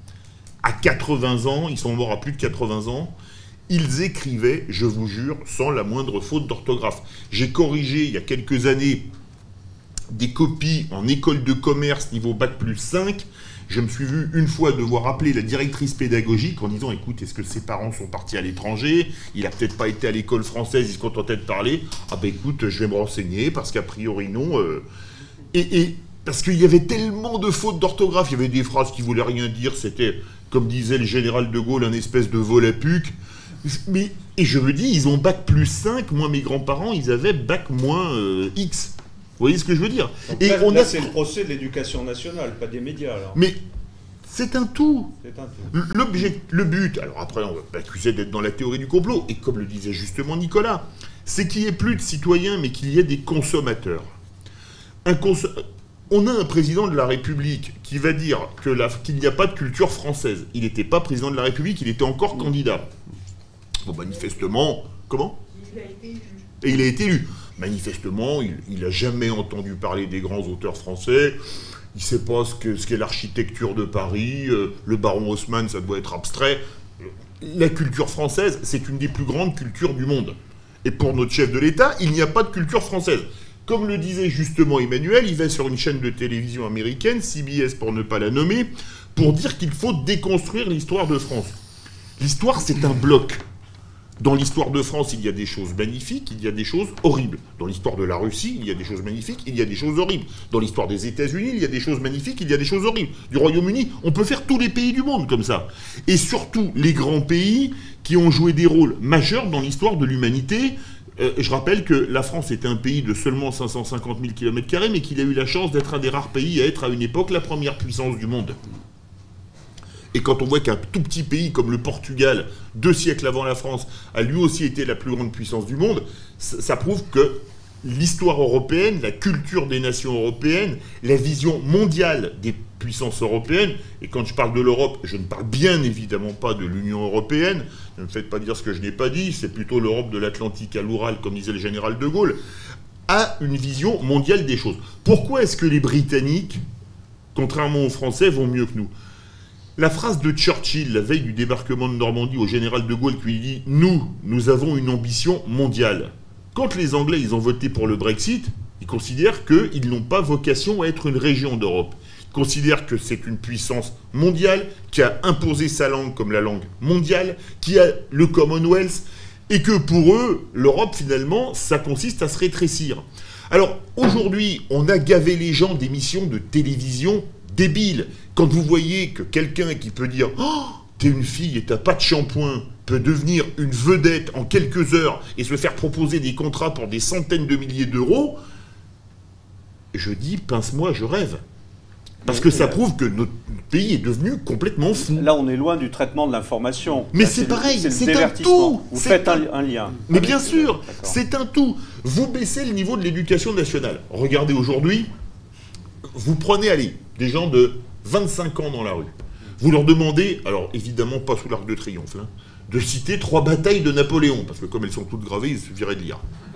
À quatre-vingts ans, ils sont morts à plus de quatre-vingts ans, ils écrivaient, je vous jure, sans la moindre faute d'orthographe. J'ai corrigé, il y a quelques années, des copies en école de commerce niveau bac plus cinq. Je me suis vu une fois devoir appeler la directrice pédagogique en disant « Écoute, est-ce que ses parents sont partis à l'étranger? Il a peut-être pas été à l'école française, il se contentait de parler. Ah ben écoute, je vais me renseigner, parce qu'a priori non. Euh... » Et, et parce qu'il y avait tellement de fautes d'orthographe, il y avait des phrases qui voulaient rien dire, c'était, comme disait le général de Gaulle, un espèce de volapuc. Mais, et je me dis, ils ont bac plus cinq, moi mes grands-parents, ils avaient bac moins euh, X. Vous voyez ce que je veux dire? Donc et là, on là a... c'est le procès de l'éducation nationale, pas des médias. Alors. Mais c'est un tout. C'est un tout. L'objet, le but, alors après on va m'accuser d'être dans la théorie du complot, et comme le disait justement Nicolas, c'est qu'il n'y ait plus de citoyens, mais qu'il y ait des consommateurs. Un cons... On a un président de la République qui va dire que la... qu'il n'y a pas de culture française. Il n'était pas président de la République, il était encore candidat. Bon, manifestement, comment? Il a été élu. Et il a été élu. Manifestement, il n'a jamais entendu parler des grands auteurs français. Il ne sait pas ce qu'est ce qu'est l'architecture de Paris. Euh, le baron Haussmann, ça doit être abstrait. La culture française, c'est une des plus grandes cultures du monde. Et pour notre chef de l'État, il n'y a pas de culture française. Comme le disait justement Emmanuel, il va sur une chaîne de télévision américaine, C B S pour ne pas la nommer, pour dire qu'il faut déconstruire l'histoire de France. L'histoire, c'est un bloc. Dans l'histoire de France, il y a des choses magnifiques, il y a des choses horribles. Dans l'histoire de la Russie, il y a des choses magnifiques, il y a des choses horribles. Dans l'histoire des États-Unis, il y a des choses magnifiques, il y a des choses horribles. Du Royaume-Uni, on peut faire tous les pays du monde comme ça. Et surtout, les grands pays qui ont joué des rôles majeurs dans l'histoire de l'humanité. Euh, je rappelle que la France est un pays de seulement cinq cent cinquante mille kilomètres carrés, mais qu'il a eu la chance d'être un des rares pays à être à une époque la première puissance du monde. Et quand on voit qu'un tout petit pays comme le Portugal, deux siècles avant la France, a lui aussi été la plus grande puissance du monde, ça, ça prouve que l'histoire européenne, la culture des nations européennes, la vision mondiale des puissances européennes, et quand je parle de l'Europe, je ne parle bien évidemment pas de l'Union européenne, ne me faites pas dire ce que je n'ai pas dit, c'est plutôt l'Europe de l'Atlantique à l'Oural, comme disait le général de Gaulle, a une vision mondiale des choses. Pourquoi est-ce que les Britanniques, contrairement aux Français, vont mieux que nous ? La phrase de Churchill, la veille du débarquement de Normandie au général de Gaulle, qui lui dit « Nous, nous avons une ambition mondiale ». Quand les Anglais ils ont voté pour le Brexit, ils considèrent qu'ils n'ont pas vocation à être une région d'Europe. Ils considèrent que c'est une puissance mondiale qui a imposé sa langue comme la langue mondiale, qui a le Commonwealth, et que pour eux, l'Europe, finalement, ça consiste à se rétrécir. Alors, aujourd'hui, on a gavé les gens d'émissions de télévision débiles. Quand vous voyez que quelqu'un qui peut dire oh, « t'es une fille et t'as pas de shampoing », peut devenir une vedette en quelques heures et se faire proposer des contrats pour des centaines de milliers d'euros, je dis, pince-moi, je rêve. Parce que ça prouve que notre pays est devenu complètement fou. Là, on est loin du traitement de l'information. Mais c'est pareil, c'est un tout. Vous faites un, un lien. Mais bien sûr, c'est un tout. Vous baissez le niveau de l'éducation nationale. Regardez aujourd'hui, vous prenez, allez, des gens de vingt-cinq ans dans la rue. Vous leur demandez, alors évidemment pas sous l'Arc de Triomphe, hein, de citer trois batailles de Napoléon, parce que comme elles sont toutes gravées, il suffirait de lire.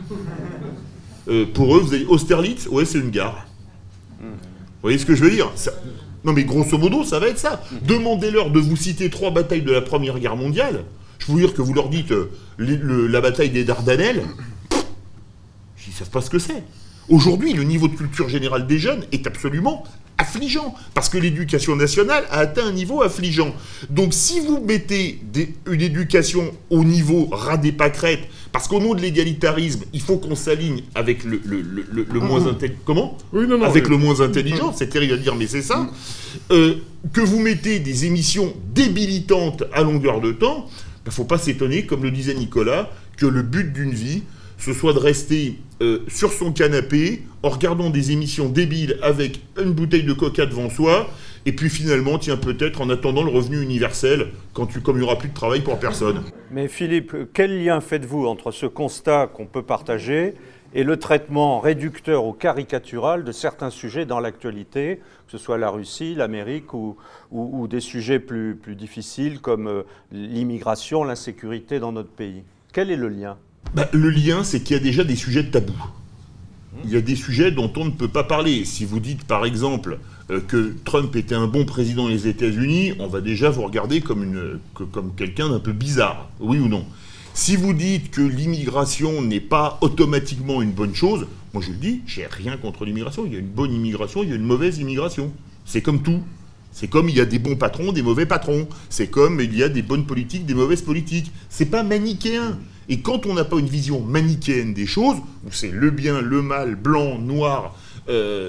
Euh, pour eux, vous avez Austerlitz, ouais, c'est une gare. Vous voyez ce que je veux dire? ça... Non mais grosso modo, ça va être ça. Demandez-leur de vous citer trois batailles de la Première Guerre mondiale. Je peux vous dire que vous leur dites euh, le, le, la bataille des Dardanelles, ils ne savent pas ce que c'est. Aujourd'hui, le niveau de culture générale des jeunes est absolument affligeant, parce que l'éducation nationale a atteint un niveau affligeant. Donc si vous mettez des, une éducation au niveau ras des pâquerettes, parce qu'au nom de l'égalitarisme, il faut qu'on s'aligne avec le, le, le, le, le moins intelligent. Comment oui, non, non, Avec oui. le moins intelligent, c'est terrible à dire, mais c'est ça. Euh, que vous mettez des émissions débilitantes à longueur de temps, il ne faut pas s'étonner, comme le disait Nicolas, que le but d'une vie, ce soit de rester euh, sur son canapé en regardant des émissions débiles avec une bouteille de coca devant soi, et puis finalement, tiens, peut-être en attendant le revenu universel, quand tu, comme il n'y aura plus de travail pour personne. Mais Philippe, quel lien faites-vous entre ce constat qu'on peut partager et le traitement réducteur ou caricatural de certains sujets dans l'actualité, que ce soit la Russie, l'Amérique ou, ou, ou des sujets plus, plus difficiles comme euh, l'immigration, l'insécurité dans notre pays? Quel est le lien? Bah, le lien, c'est qu'il y a déjà des sujets de tabou. Il y a des sujets dont on ne peut pas parler. Si vous dites, par exemple, euh, que Trump était un bon président des États-Unis, on va déjà vous regarder comme, une, que, comme quelqu'un d'un peu bizarre, oui ou non? Si vous dites que l'immigration n'est pas automatiquement une bonne chose, moi je le dis, j'ai rien contre l'immigration. Il y a une bonne immigration, il y a une mauvaise immigration. C'est comme tout. C'est comme il y a des bons patrons, des mauvais patrons. C'est comme il y a des bonnes politiques, des mauvaises politiques. C'est pas manichéen. Et quand on n'a pas une vision manichéenne des choses, où c'est le bien, le mal, blanc, noir, euh,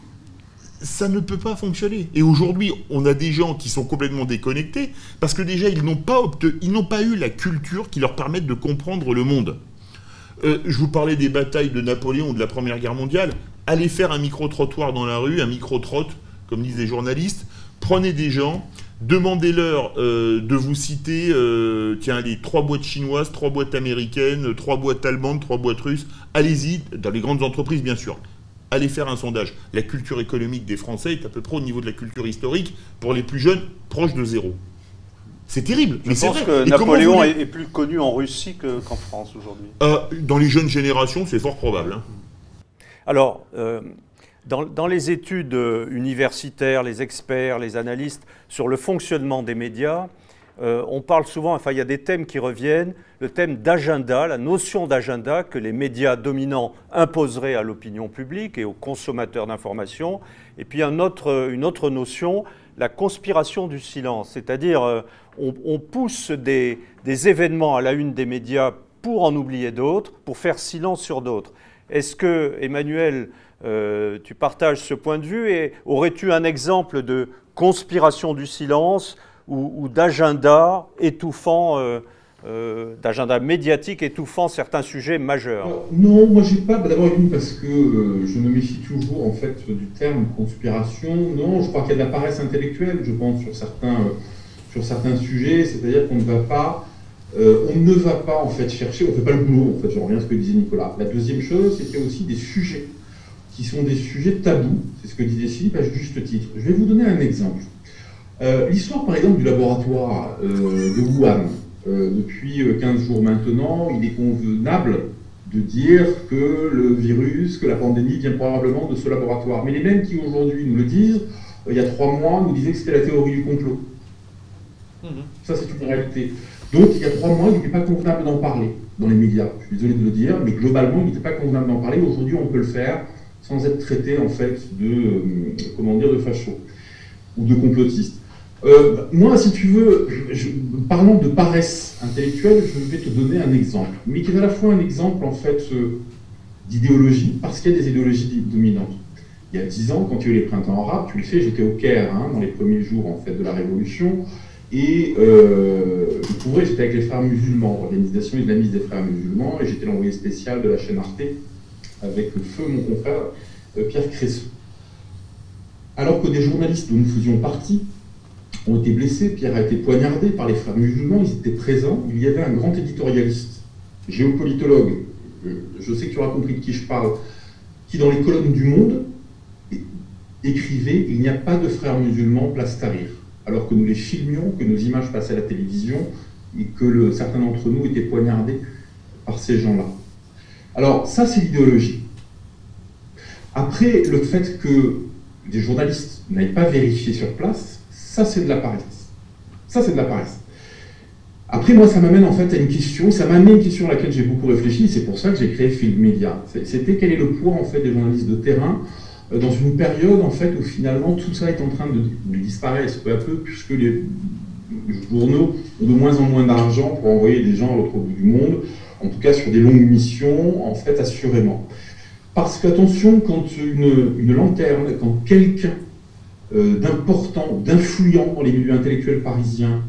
ça ne peut pas fonctionner. Et aujourd'hui, on a des gens qui sont complètement déconnectés, parce que déjà, ils n'ont pas, ils n'ont pas eu la culture qui leur permette de comprendre le monde. Euh, je vous parlais des batailles de Napoléon ou de la Première Guerre mondiale. Allez faire un micro-trottoir dans la rue, un micro-trotte, comme disent les journalistes. Prenez des gens, demandez-leur euh, de vous citer euh, tiens, les trois boîtes chinoises, trois boîtes américaines, trois boîtes allemandes, trois boîtes russes. Allez-y, dans les grandes entreprises, bien sûr. Allez faire un sondage. La culture économique des Français est à peu près au niveau de la culture historique, pour les plus jeunes, proche de zéro. C'est terrible. Je mais pense vrai. que Et Napoléon voulez... est plus connu en Russie que, qu'en France aujourd'hui. Euh, dans les jeunes générations, c'est fort probable. Hein. Alors, euh, dans, dans les études universitaires, les experts, les analystes sur le fonctionnement des médias, euh, on parle souvent, enfin il y a des thèmes qui reviennent, le thème d'agenda, la notion d'agenda que les médias dominants imposeraient à l'opinion publique et aux consommateurs d'informations, et puis un autre, une autre notion, la conspiration du silence, c'est-à-dire euh, on, on pousse des, des événements à la une des médias pour en oublier d'autres, pour faire silence sur d'autres. Est-ce que, Emmanuel, euh, tu partages ce point de vue et aurais-tu un exemple de conspiration du silence ou, ou d'agenda étouffant, euh, euh, d'agenda médiatique étouffant certains sujets majeurs? Alors, non, moi j'ai pas. D'abord, parce que euh, je me méfie toujours en fait du terme conspiration. Non, je crois qu'il y a de la paresse intellectuelle, je pense, sur certains, euh, sur certains sujets. C'est-à-dire qu'on ne va pas. Euh, on ne va pas en fait chercher, on ne fait pas le boulot, en fait, je reviens à ce que disait Nicolas. La deuxième chose, c'est qu'il y a aussi des sujets qui sont des sujets tabous, c'est ce que disait Philippe à juste titre. Je vais vous donner un exemple. Euh, L'histoire par exemple du laboratoire euh, de Wuhan, euh, depuis quinze jours maintenant, il est convenable de dire que le virus, que la pandémie vient probablement de ce laboratoire. Mais les mêmes qui aujourd'hui nous le disent, euh, il y a trois mois, nous disaient que c'était la théorie du complot. Mmh. Ça, c'est une réalité. Donc, il y a trois mois, il n'était pas convenable d'en parler dans les médias. Je suis désolé de le dire, mais globalement, il n'était pas convenable d'en parler. Aujourd'hui, on peut le faire sans être traité, en fait, de, euh, comment dire, de facho ou de complotiste. Euh, moi, si tu veux, je, je, parlant de paresse intellectuelle, je vais te donner un exemple, mais qui est à la fois un exemple, en fait, euh, d'idéologie, parce qu'il y a des idéologies dominantes. Il y a dix ans, quand il y a eu les printemps arabes, tu le sais, j'étais au Caire, hein, dans les premiers jours, en fait, de la Révolution, et euh, je couvrais, j'étais avec les Frères musulmans, l'organisation islamiste des Frères musulmans, et j'étais l'envoyé spécial de la chaîne Arte, avec le feu mon confrère euh, Pierre Cresseux. Alors que des journalistes dont nous faisions partie ont été blessés, Pierre a été poignardé par les Frères musulmans, ils étaient présents, il y avait un grand éditorialiste, géopolitologue, je, je sais que tu auras compris de qui je parle, qui dans les colonnes du Monde écrivait « Il n'y a pas de Frères musulmans, place Tahrir », alors que nous les filmions, que nos images passaient à la télévision, et que le, certains d'entre nous étaient poignardés par ces gens-là. Alors ça, c'est l'idéologie. Après, le fait que des journalistes n'aillent pas vérifier sur place, ça c'est de la paresse. Ça c'est de la paresse. Après, moi, ça m'amène en fait à une question, ça m'a amené une question à laquelle j'ai beaucoup réfléchi, c'est pour ça que j'ai créé Film Média. C'était quel est le poids en fait des journalistes de terrain euh, dans une période en fait où finalement tout ça est en train de, de disparaître peu à peu, puisque les journaux ont de moins en moins d'argent pour envoyer des gens à l'autre bout du monde, en tout cas sur des longues missions, en fait assurément. Parce qu'attention, quand une, une lanterne, quand quelqu'un euh, d'important, d'influent dans les milieux intellectuels parisiens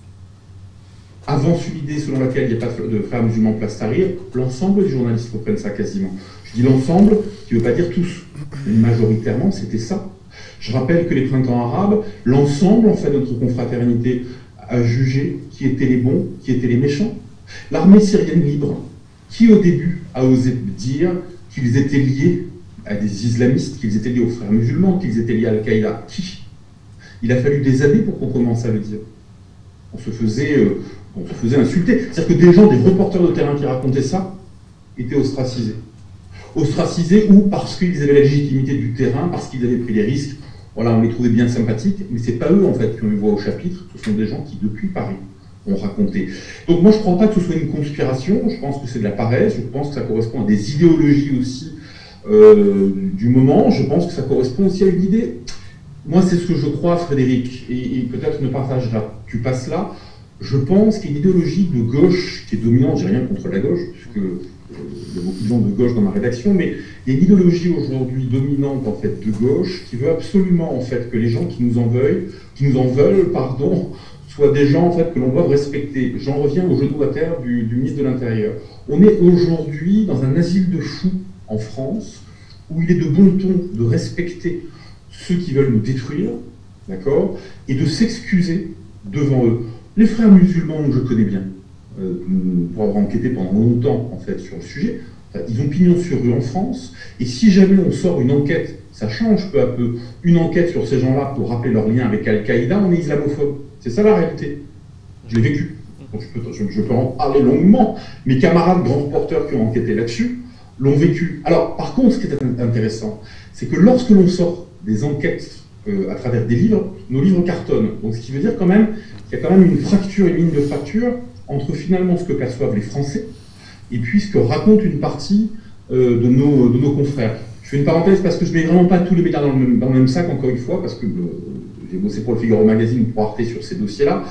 avance une idée selon laquelle il n'y a pas de frères musulmans place Tahrir, l'ensemble des journalistes reprennent ça quasiment. Je dis l'ensemble, qui ne veut pas dire tous, mais majoritairement c'était ça. Je rappelle que les printemps arabes, l'ensemble en fait de notre confraternité a jugé qui étaient les bons, qui étaient les méchants. L'armée syrienne libre, qui au début a osé dire qu'ils étaient liés à des islamistes, qu'ils étaient liés aux frères musulmans, qu'ils étaient liés à Al-Qaïda. Qui? Il a fallu des années pour qu'on commence à le dire. On se faisait, euh, on se faisait insulter. C'est-à-dire que des gens, des reporters de terrain qui racontaient ça, étaient ostracisés. Ostracisés ou parce qu'ils avaient la légitimité du terrain, parce qu'ils avaient pris des risques. Voilà, on les trouvait bien sympathiques, mais c'est pas eux en fait qui ont eu voix au chapitre, ce sont des gens qui depuis Paris ont raconté. Donc moi je ne crois pas que ce soit une conspiration, je pense que c'est de la paresse, je pense que ça correspond à des idéologies aussi euh, du moment, je pense que ça correspond aussi à une idée. Moi c'est ce que je crois, Frédéric, et, et peut-être ne partageras-tu pas cela. Je pense qu'il y a une idéologie de gauche qui est dominante, j'ai rien contre la gauche, puisque euh, il y a beaucoup de gens de gauche dans ma rédaction, mais il y a une idéologie aujourd'hui dominante en fait de gauche qui veut absolument en fait que les gens qui nous en veulent, qui nous en veulent, pardon, soient des gens en fait que l'on doit respecter. J'en reviens au genou à terre du, du ministre de l'Intérieur. On est aujourd'hui dans un asile de fous en France où il est de bon ton de respecter ceux qui veulent nous détruire, d'accord, et de s'excuser devant eux. Les frères musulmans que je connais bien, euh, pour avoir enquêté pendant longtemps en fait sur le sujet, enfin, ils ont pignon sur rue en France, et si jamais on sort une enquête, ça change peu à peu, une enquête sur ces gens-là pour rappeler leur lien avec Al-Qaïda, on est islamophobe. C'est ça la réalité. Je l'ai vécu. Donc je, peux, je, je peux en parler longuement. Mes camarades grands reporters qui ont enquêté là-dessus l'ont vécu. Alors, par contre, ce qui est intéressant, c'est que lorsque l'on sort des enquêtes euh, à travers des livres, nos livres cartonnent. Donc, ce qui veut dire quand même qu'il y a quand même une fracture, une ligne de fracture entre finalement ce que perçoivent les Français et puis ce que raconte une partie euh, de, nos, de nos confrères. Je fais une parenthèse parce que je ne mets vraiment pas tous les médias dans le même, dans le même sac, encore une fois, parce que euh, j'ai bossé pour le Figaro Magazine pour Arte sur ces dossiers-là.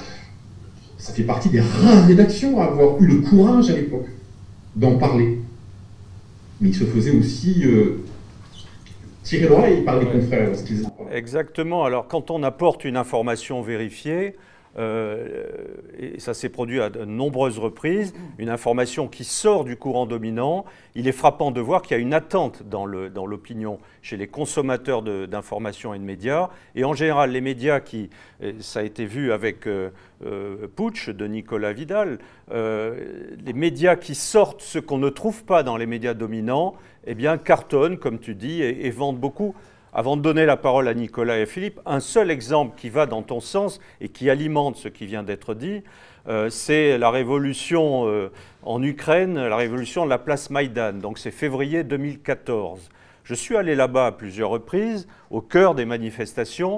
Ça fait partie des rares rédactions à avoir eu le courage à l'époque d'en parler. Mais il se faisait aussi euh, tirer l'oreille par les confrères. Parce qu'ils... Exactement. Alors, quand on apporte une information vérifiée, euh, et ça s'est produit à de nombreuses reprises, une information qui sort du courant dominant, il est frappant de voir qu'il y a une attente dans le, dans l'opinion chez les consommateurs d'informations et de médias. Et en général, les médias qui, ça a été vu avec euh, euh, Putsch de Nicolas Vidal, euh, les médias qui sortent ce qu'on ne trouve pas dans les médias dominants, eh bien cartonnent, comme tu dis, et, et vendent beaucoup. Avant de donner la parole à Nicolas et à Philippe, un seul exemple qui va dans ton sens et qui alimente ce qui vient d'être dit, euh, c'est la révolution euh, en Ukraine, la révolution de la place Maïdan. Donc c'est février deux mille quatorze. Je suis allé là-bas à plusieurs reprises, au cœur des manifestations,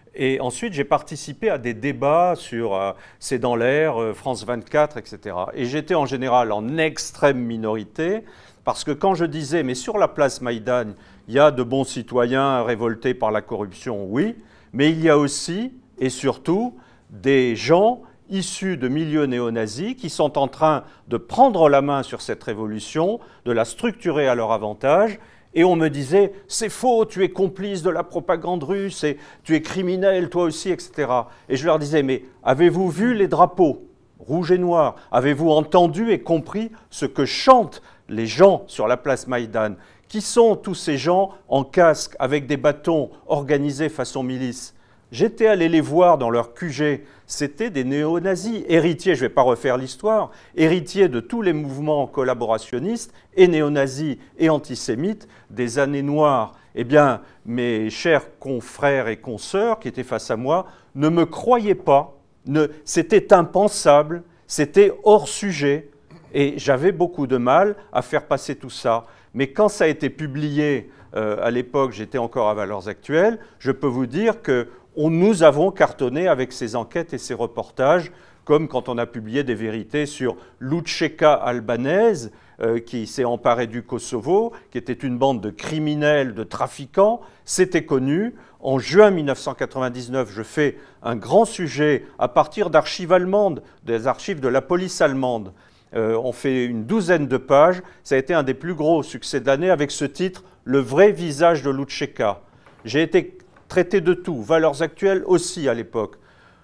Et ensuite, j'ai participé à des débats sur euh, C'est dans l'air, euh, France vingt-quatre, et cetera. Et j'étais en général en extrême minorité, parce que quand je disais, mais sur la place Maïdan, il y a de bons citoyens révoltés par la corruption, oui, mais il y a aussi, et surtout, des gens issus de milieux néo-nazis qui sont en train de prendre la main sur cette révolution, de la structurer à leur avantage. Et on me disait, c'est faux, tu es complice de la propagande russe, et tu es criminel, toi aussi, et cetera. Et je leur disais, mais avez-vous vu les drapeaux rouges et noirs? Avez-vous entendu et compris ce que chantent les gens sur la place Maïdan? Qui sont tous ces gens en casque, avec des bâtons, organisés façon milice? J'étais allé les voir dans leur Q G. C'était des néo-nazis, héritiers, je ne vais pas refaire l'histoire, héritiers de tous les mouvements collaborationnistes et néo-nazis et antisémites des années noires. Eh bien, mes chers confrères et consoeurs qui étaient face à moi ne me croyaient pas. C'était impensable, c'était hors sujet. Et j'avais beaucoup de mal à faire passer tout ça. Mais quand ça a été publié, euh, à l'époque, j'étais encore à Valeurs Actuelles, je peux vous dire que on, nous avons cartonné avec ces enquêtes et ces reportages, comme quand on a publié des vérités sur l'Utšeka albanaise, euh, qui s'est emparée du Kosovo, qui était une bande de criminels, de trafiquants. C'était connu. En juin mille neuf cent quatre-vingt-dix-neuf, je fais un grand sujet à partir d'archives allemandes, des archives de la police allemande. Euh, on fait une douzaine de pages. Ça a été un des plus gros succès d'année avec ce titre « Le vrai visage de l'Utšeka ». J'ai été traité de tout, Valeurs Actuelles aussi à l'époque.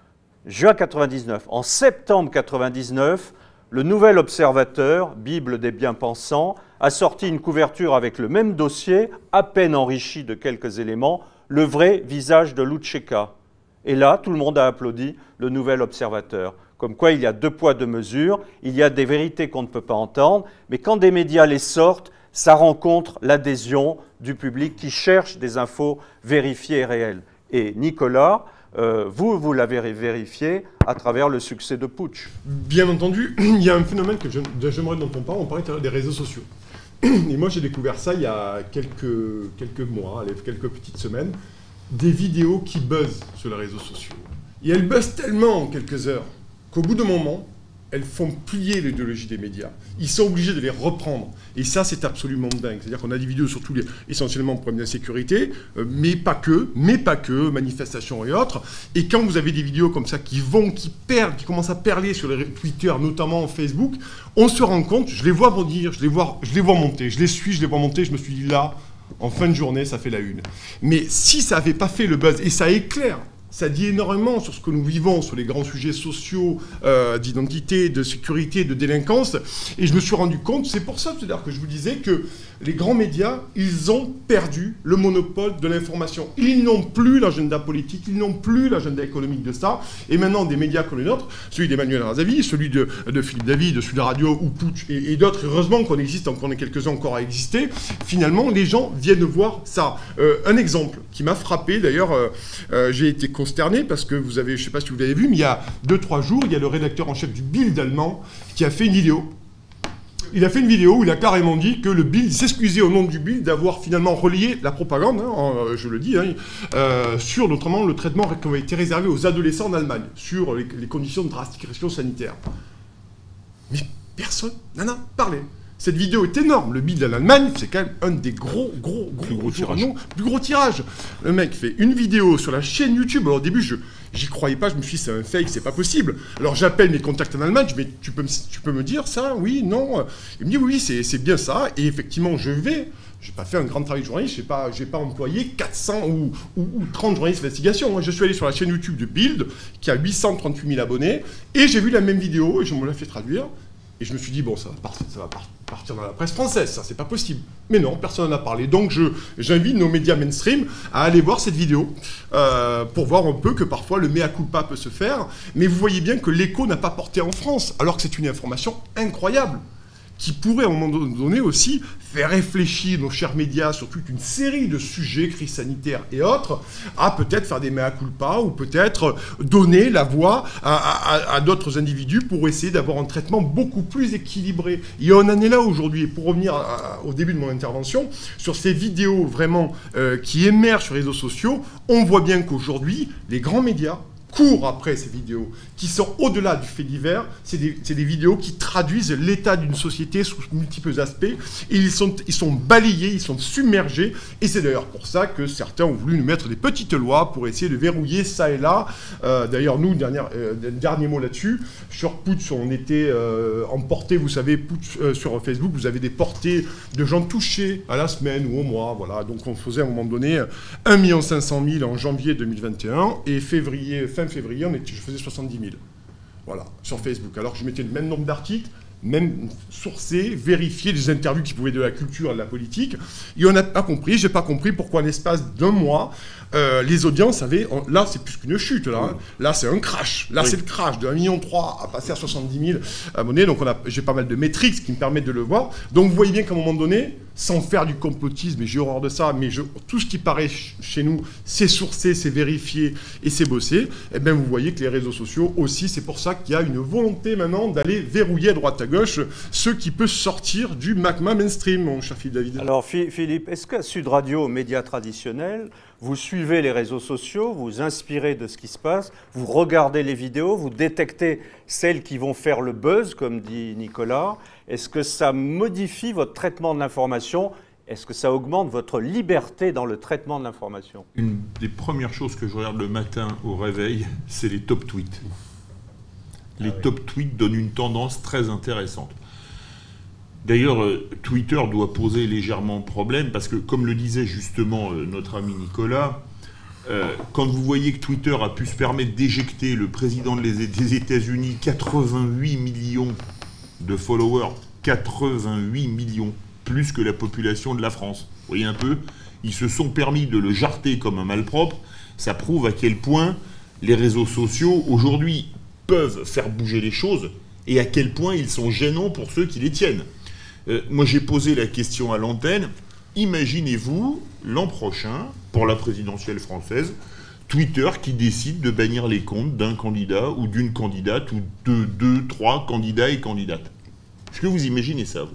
Juin quatre-vingt-dix-neuf. En septembre quatre-vingt-dix-neuf, le Nouvel Observateur, Bible des bien-pensants, a sorti une couverture avec le même dossier, à peine enrichi de quelques éléments, « Le vrai visage de l'Utšeka ». Et là, tout le monde a applaudi le Nouvel Observateur. Comme quoi, il y a deux poids, deux mesures, il y a des vérités qu'on ne peut pas entendre, mais quand des médias les sortent, ça rencontre l'adhésion du public qui cherche des infos vérifiées et réelles. Et Nicolas, euh, vous, vous l'avez vérifié à travers le succès de Putsch. Bien entendu, il y a un phénomène que j'aimerais dont on parle, on parlait tout à l'heure des réseaux sociaux. Et moi, j'ai découvert ça il y a quelques, quelques mois, allez, quelques petites semaines, des vidéos qui buzzent sur les réseaux sociaux. Et elles buzzent tellement en quelques heures qu'au bout d'un moment, elles font plier l'idéologie des médias. Ils sont obligés de les reprendre. Et ça, c'est absolument dingue. C'est-à-dire qu'on a des vidéos surtout les, essentiellement pour problème d'insécurité, euh, mais pas que, mais pas que, manifestations et autres. Et quand vous avez des vidéos comme ça qui vont, qui perdent, qui commencent à perler sur les Twitter, notamment Facebook, on se rend compte, je les vois bondir, je les vois, je les vois monter, je les suis, je les vois monter, je me suis dit là, en fin de journée, ça fait la une. Mais si ça n'avait pas fait le buzz, et ça éclaire, ça dit énormément sur ce que nous vivons, sur les grands sujets sociaux, euh, d'identité, de sécurité, de délinquance. Et je me suis rendu compte, c'est pour ça c'est-à-dire que je vous disais que les grands médias, ils ont perdu le monopole de l'information. Ils n'ont plus l'agenda politique, ils n'ont plus l'agenda économique de ça. Et maintenant, des médias comme les nôtres, celui d'Emmanuel Razavi, celui de, de Philippe David, de Sud Radio ou Putsch et, et d'autres, heureusement qu'on existe, qu'on est quelques-uns encore à exister, finalement, les gens viennent voir ça. Euh, un exemple qui m'a frappé, d'ailleurs, euh, euh, j'ai été consterné parce que vous avez, je ne sais pas si vous l'avez vu, mais il y a deux trois jours, il y a le rédacteur en chef du Bild allemand qui a fait une vidéo. Il a fait une vidéo où il a carrément dit que le Bild s'excusait au nom du Bild d'avoir finalement relié la propagande, hein, je le dis, hein, euh, sur notamment le traitement qui avait été réservé aux adolescents en Allemagne, sur les, les conditions de restriction sanitaire. Mais personne n'en a parlé. Cette vidéo est énorme. Le Bild en Allemagne, c'est quand même un des gros, gros, gros, plus gros tirages. Plus gros tirages. Le mec fait une vidéo sur la chaîne YouTube. Alors au début, je j'y croyais pas. Je me suis dit, c'est un fake, c'est pas possible. Alors j'appelle mes contacts en Allemagne. Je dis, mais tu peux, me, tu peux me dire ça? Oui, non. Il me dit, oui, c'est bien ça. Et effectivement, je vais. Je n'ai pas fait un grand travail de journaliste. Je n'ai pas, j'ai pas employé quatre cents ou, ou, ou trente journalistes d'investigation. Je suis allé sur la chaîne YouTube de Bild, qui a huit cent trente-huit mille abonnés. Et j'ai vu la même vidéo et je me l'ai fait traduire. Et je me suis dit, bon, ça va partir, ça va partir dans la presse française, ça, c'est pas possible. Mais non, personne n'en a parlé. Donc, j'invite nos médias mainstream à aller voir cette vidéo euh, pour voir un peu que parfois le mea culpa peut se faire. Mais vous voyez bien que l'écho n'a pas porté en France, alors que c'est une information incroyable. qui pourrait à un moment donné aussi faire réfléchir nos chers médias sur toute une série de sujets, crise sanitaire et autres, à peut-être faire des mea culpa ou peut-être donner la voix à, à, à d'autres individus pour essayer d'avoir un traitement beaucoup plus équilibré. Et on en est là aujourd'hui. Et pour revenir à, à, au début de mon intervention, sur ces vidéos vraiment euh, qui émergent sur les réseaux sociaux, on voit bien qu'aujourd'hui, les grands médias courent après ces vidéos, qui sont au-delà du fait divers. C'est des, c'est des vidéos qui traduisent l'état d'une société sous multiples aspects, et ils sont, ils sont balayés, ils sont submergés, et c'est d'ailleurs pour ça que certains ont voulu nous mettre des petites lois pour essayer de verrouiller ça et là. Euh, d'ailleurs, nous, dernier, euh, dernier mot là-dessus, sur Putsch, on était euh, emportés, vous savez, Putsch, euh, sur Facebook, vous avez des portées de gens touchés à la semaine ou au mois, voilà. Donc on faisait à un moment donné un million cinq cent mille en janvier deux mille vingt et un, et février, fin février, on était, je faisais soixante-dix mille. Voilà, sur Facebook. Alors que je mettais le même nombre d'articles, même sourcés, vérifiés, des interviews qui pouvaient de la culture et de la politique. Et on n'a pas compris, j'ai pas compris pourquoi en l'espace d'un mois, euh, les audiences avaient... Là, c'est plus qu'une chute, là. Hein. Là, c'est un crash. Là, oui. C'est le crash de un million trois à passer à soixante-dix mille abonnés. Donc, on a, j'ai pas mal de métriques qui me permettent de le voir. Donc, vous voyez bien qu'à un moment donné, sans faire du complotisme, et j'ai horreur de ça, mais je, tout ce qui paraît ch- chez nous, c'est sourcé, c'est vérifié et c'est bossé. Et bien, vous voyez que les réseaux sociaux aussi, c'est pour ça qu'il y a une volonté maintenant d'aller verrouiller à droite à gauche ce qui peut sortir du magma mainstream, mon cher Philippe David. Alors, Philippe, est-ce qu'à Sud Radio, médias traditionnels, vous suivez les réseaux sociaux, vous inspirez de ce qui se passe, vous regardez les vidéos, vous détectez celles qui vont faire le buzz, comme dit Nicolas. Est-ce que ça modifie votre traitement de l'information ? Est-ce que ça augmente votre liberté dans le traitement de l'information ? Une des premières choses que je regarde le matin au réveil, c'est les top tweets. Les ah oui. top tweets donnent une tendance très intéressante. D'ailleurs, euh, Twitter doit poser légèrement problème parce que, comme le disait justement euh, notre ami Nicolas, euh, quand vous voyez que Twitter a pu se permettre d'éjecter le président des États-Unis, quatre-vingt-huit millions de followers, quatre-vingt-huit millions, plus que la population de la France. Vous voyez un peu, ils se sont permis de le jarter comme un malpropre. Ça prouve à quel point les réseaux sociaux, aujourd'hui, peuvent faire bouger les choses et à quel point ils sont gênants pour ceux qui les tiennent. Euh, moi, j'ai posé la question à l'antenne. Imaginez-vous, l'an prochain, pour la présidentielle française, Twitter qui décide de bannir les comptes d'un candidat ou d'une candidate ou de deux, trois candidats et candidates. Est-ce que vous imaginez ça, vous ?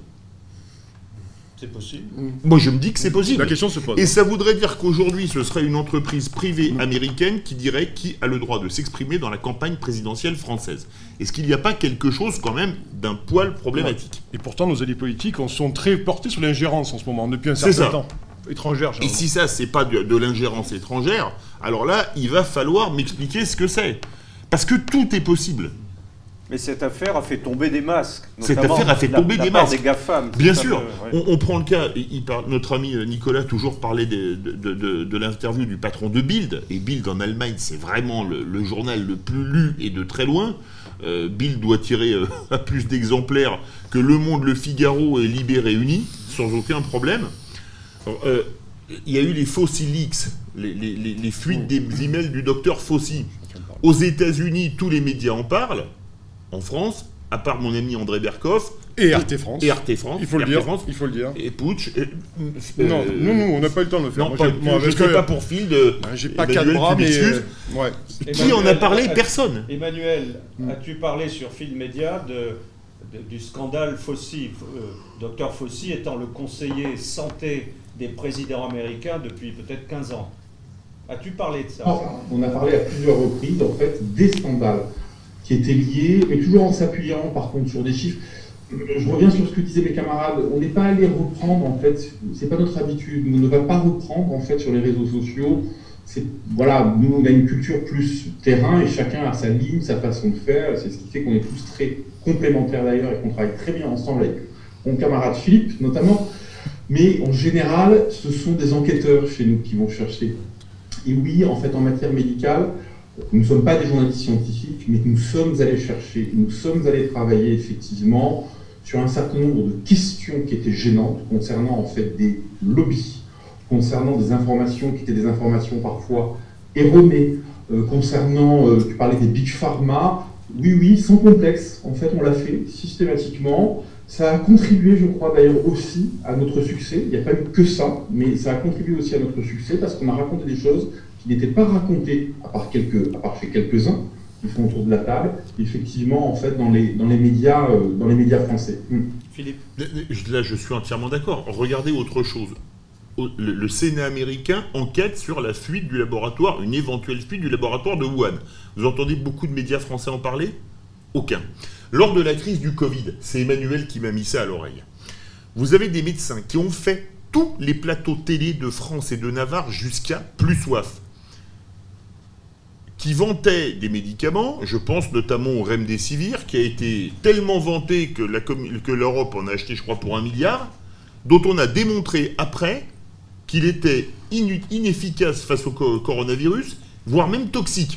C'est possible. Moi, je me dis que c'est possible. La question se pose. Et ça voudrait dire qu'aujourd'hui, ce serait une entreprise privée américaine qui dirait qui a le droit de s'exprimer dans la campagne présidentielle française. Est-ce qu'il n'y a pas quelque chose, quand même, d'un poil problématique ? Et pourtant, nos élites politiques sont très portés sur l'ingérence en ce moment, depuis un certain temps. Étrangère, et si ça, c'est pas de, de l'ingérence étrangère, alors là, il va falloir m'expliquer ce que c'est. Parce que tout est possible. Mais cette affaire a fait tomber des masques. Cette affaire a fait tomber la, des la masques. Des GAFAM. Bien sûr. Peu, ouais. on, on prend le cas, il parle, notre ami Nicolas toujours parlait de, de, de, de, de l'interview du patron de Bild. Et Bild en Allemagne, c'est vraiment le, le journal le plus lu et de très loin. Euh, Bild doit tirer euh, à plus d'exemplaires que Le Monde, Le Figaro et Libé réunis, sans aucun problème. Alors, euh, il y a eu les Fauci Leaks, les, les, les, les fuites des emails du docteur Fauci. Aux États-Unis, tous les médias en parlent. En France, à part mon ami André Berkoff... Et R T France. Et R T France. Il faut le dire. France, il faut le dire. Et Putsch. Et, euh, non, nous, nous, on n'a pas eu le temps de le faire. Non, moi, pas, moi, je ne sais pas pour fil de... J'ai pas quatre bras, mais... Euh, ouais. Qui Emmanuel, en a parlé? Personne. Emmanuel, mm. as-tu parlé sur Fil Média de, de, du scandale Fauci, euh, docteur Fauci étant le conseiller santé des présidents américains depuis peut-être quinze ans. As-tu parlé de ça? Oh, on a parlé à plusieurs reprises, en fait, des scandales qui étaient liés, mais toujours en s'appuyant, par contre, sur des chiffres. Je reviens sur ce que disaient mes camarades. On n'est pas allé reprendre, en fait, c'est pas notre habitude. On ne va pas reprendre, en fait, sur les réseaux sociaux. C'est, voilà, nous, on a une culture plus terrain et chacun a sa ligne, sa façon de faire. C'est ce qui fait qu'on est tous très complémentaires d'ailleurs et qu'on travaille très bien ensemble avec mon camarade Philippe, notamment. Mais en général, ce sont des enquêteurs chez nous qui vont chercher. Et oui, en fait, en matière médicale, nous ne sommes pas des journalistes scientifiques, mais nous sommes allés chercher, nous sommes allés travailler effectivement sur un certain nombre de questions qui étaient gênantes concernant en fait des lobbies, concernant des informations qui étaient des informations parfois erronées, euh, concernant, euh, tu parlais des big pharma, oui, oui, sans complexe, en fait on l'a fait systématiquement, Ça a contribué, je crois d'ailleurs aussi, à notre succès. Il n'y a pas eu que ça, mais ça a contribué aussi à notre succès parce qu'on a raconté des choses qui n'étaient pas racontées, à part, quelques, à part chez quelques-uns qui sont autour de la table, effectivement, en fait, dans les, dans les, médias, euh, dans les médias français. Hum. Philippe. Là, je suis entièrement d'accord. Regardez autre chose. Le, le Sénat américain enquête sur la fuite du laboratoire, une éventuelle fuite du laboratoire de Wuhan. Vous entendez beaucoup de médias français en parler? Aucun. Lors de la crise du Covid, c'est Emmanuel qui m'a mis ça à l'oreille. Vous avez des médecins qui ont fait tous les plateaux télé de France et de Navarre jusqu'à plus soif, qui vantaient des médicaments, je pense notamment au Remdesivir, qui a été tellement vanté que, la, que l'Europe en a acheté, je crois, pour un milliard, dont on a démontré après qu'il était inefficace face au coronavirus, voire même toxique.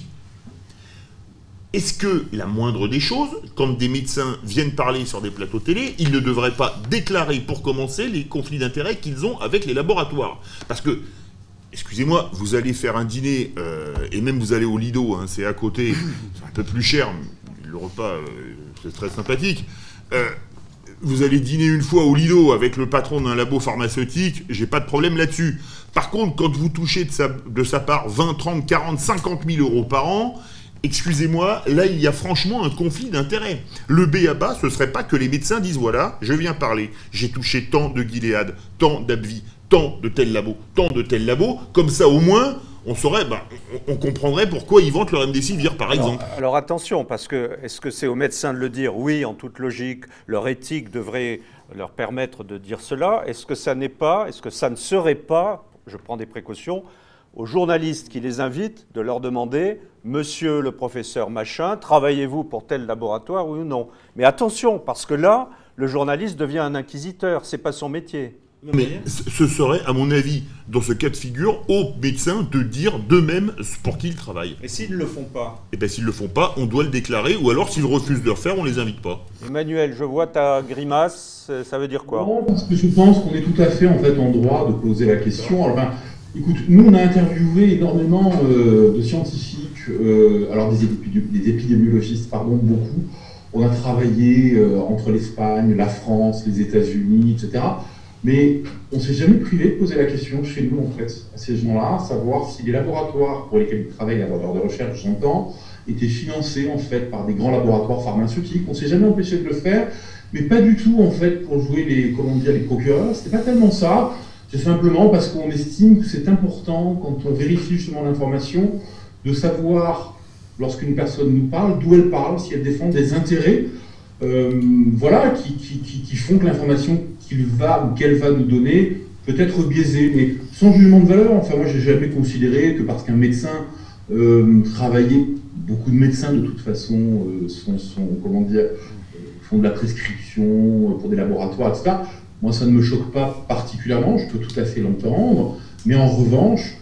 Est-ce que, la moindre des choses, quand des médecins viennent parler sur des plateaux télé, ils ne devraient pas déclarer, pour commencer, les conflits d'intérêts qu'ils ont avec les laboratoires? Parce que, excusez-moi, vous allez faire un dîner, euh, et même vous allez au Lido, hein, c'est à côté, c'est un peu plus cher, mais le repas, euh, c'est très sympathique. Euh, vous allez dîner une fois au Lido avec le patron d'un labo pharmaceutique, j'ai pas de problème là-dessus. Par contre, quand vous touchez de sa, de sa part vingt, trente, quarante, cinquante mille euros par an, excusez-moi, là, il y a franchement un conflit d'intérêts. Le B A B A, ce serait pas que les médecins disent, voilà, je viens parler, j'ai touché tant de Gilead, tant d'Abvi, tant de tel labo, tant de tel labo, comme ça, au moins, on saurait, bah, on, on comprendrait pourquoi ils vantent le Remdesivir, par alors, exemple. Alors attention, parce que est-ce que c'est aux médecins de le dire? Oui, en toute logique, leur éthique devrait leur permettre de dire cela. Est-ce que ça n'est pas, est-ce que ça ne serait pas, je prends des précautions, aux journalistes qui les invitent de leur demander « Monsieur le professeur machin, travaillez-vous pour tel laboratoire, oui ou non ?» Mais attention, parce que là, le journaliste devient un inquisiteur, c'est pas son métier. Mais ce serait, à mon avis, dans ce cas de figure, aux médecins de dire d'eux-mêmes pour qui ils travaillent. Et s'ils ne le font pas? Eh bien, s'ils ne le font pas, on doit le déclarer, ou alors, s'ils refusent de le faire, on ne les invite pas. Emmanuel, je vois ta grimace, ça veut dire quoi? Non, parce que je pense qu'on est tout à fait en, fait, en droit de poser la question. Alors, ben, écoute, nous, on a interviewé énormément euh, de scientifiques, euh, alors des, épidé des épidémiologistes, pardon, beaucoup. On a travaillé euh, entre l'Espagne, la France, les États-Unis, et cetera. Mais on ne s'est jamais privé de poser la question chez nous, en fait, à ces gens-là, savoir si les laboratoires pour lesquels ils travaillent, les laboratoires de recherche, j'entends, étaient financés, en fait, par des grands laboratoires pharmaceutiques. On ne s'est jamais empêché de le faire, mais pas du tout, en fait, pour jouer les, comment dire, les procureurs. C'était pas tellement ça. C'est simplement parce qu'on estime que c'est important, quand on vérifie justement l'information, de savoir, lorsqu'une personne nous parle, d'où elle parle, si elle défend des intérêts, euh, voilà, qui, qui, qui, qui font que l'information qu'il va ou qu'elle va nous donner peut être biaisée, mais sans jugement de valeur. Enfin, moi, j'ai jamais considéré que parce qu'un médecin euh, travaillait, beaucoup de médecins de toute façon euh, sont, sont, comment dire, euh, font de la prescription pour des laboratoires, et cetera. Moi, ça ne me choque pas particulièrement, je peux tout à fait l'entendre, mais en revanche,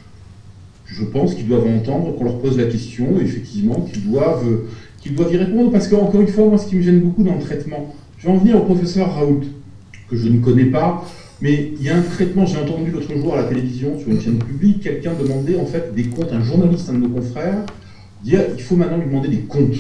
je pense qu'ils doivent entendre qu'on leur pose la question, et effectivement, qu'ils doivent, qu'ils doivent y répondre, parce qu'encore une fois, moi, ce qui me gêne beaucoup dans le traitement, je vais en venir au professeur Raoult, que je ne connais pas, mais il y a un traitement, j'ai entendu l'autre jour à la télévision, sur une chaîne publique, quelqu'un demander en fait des comptes, un journaliste, un de nos confrères, dire il faut maintenant lui demander des comptes.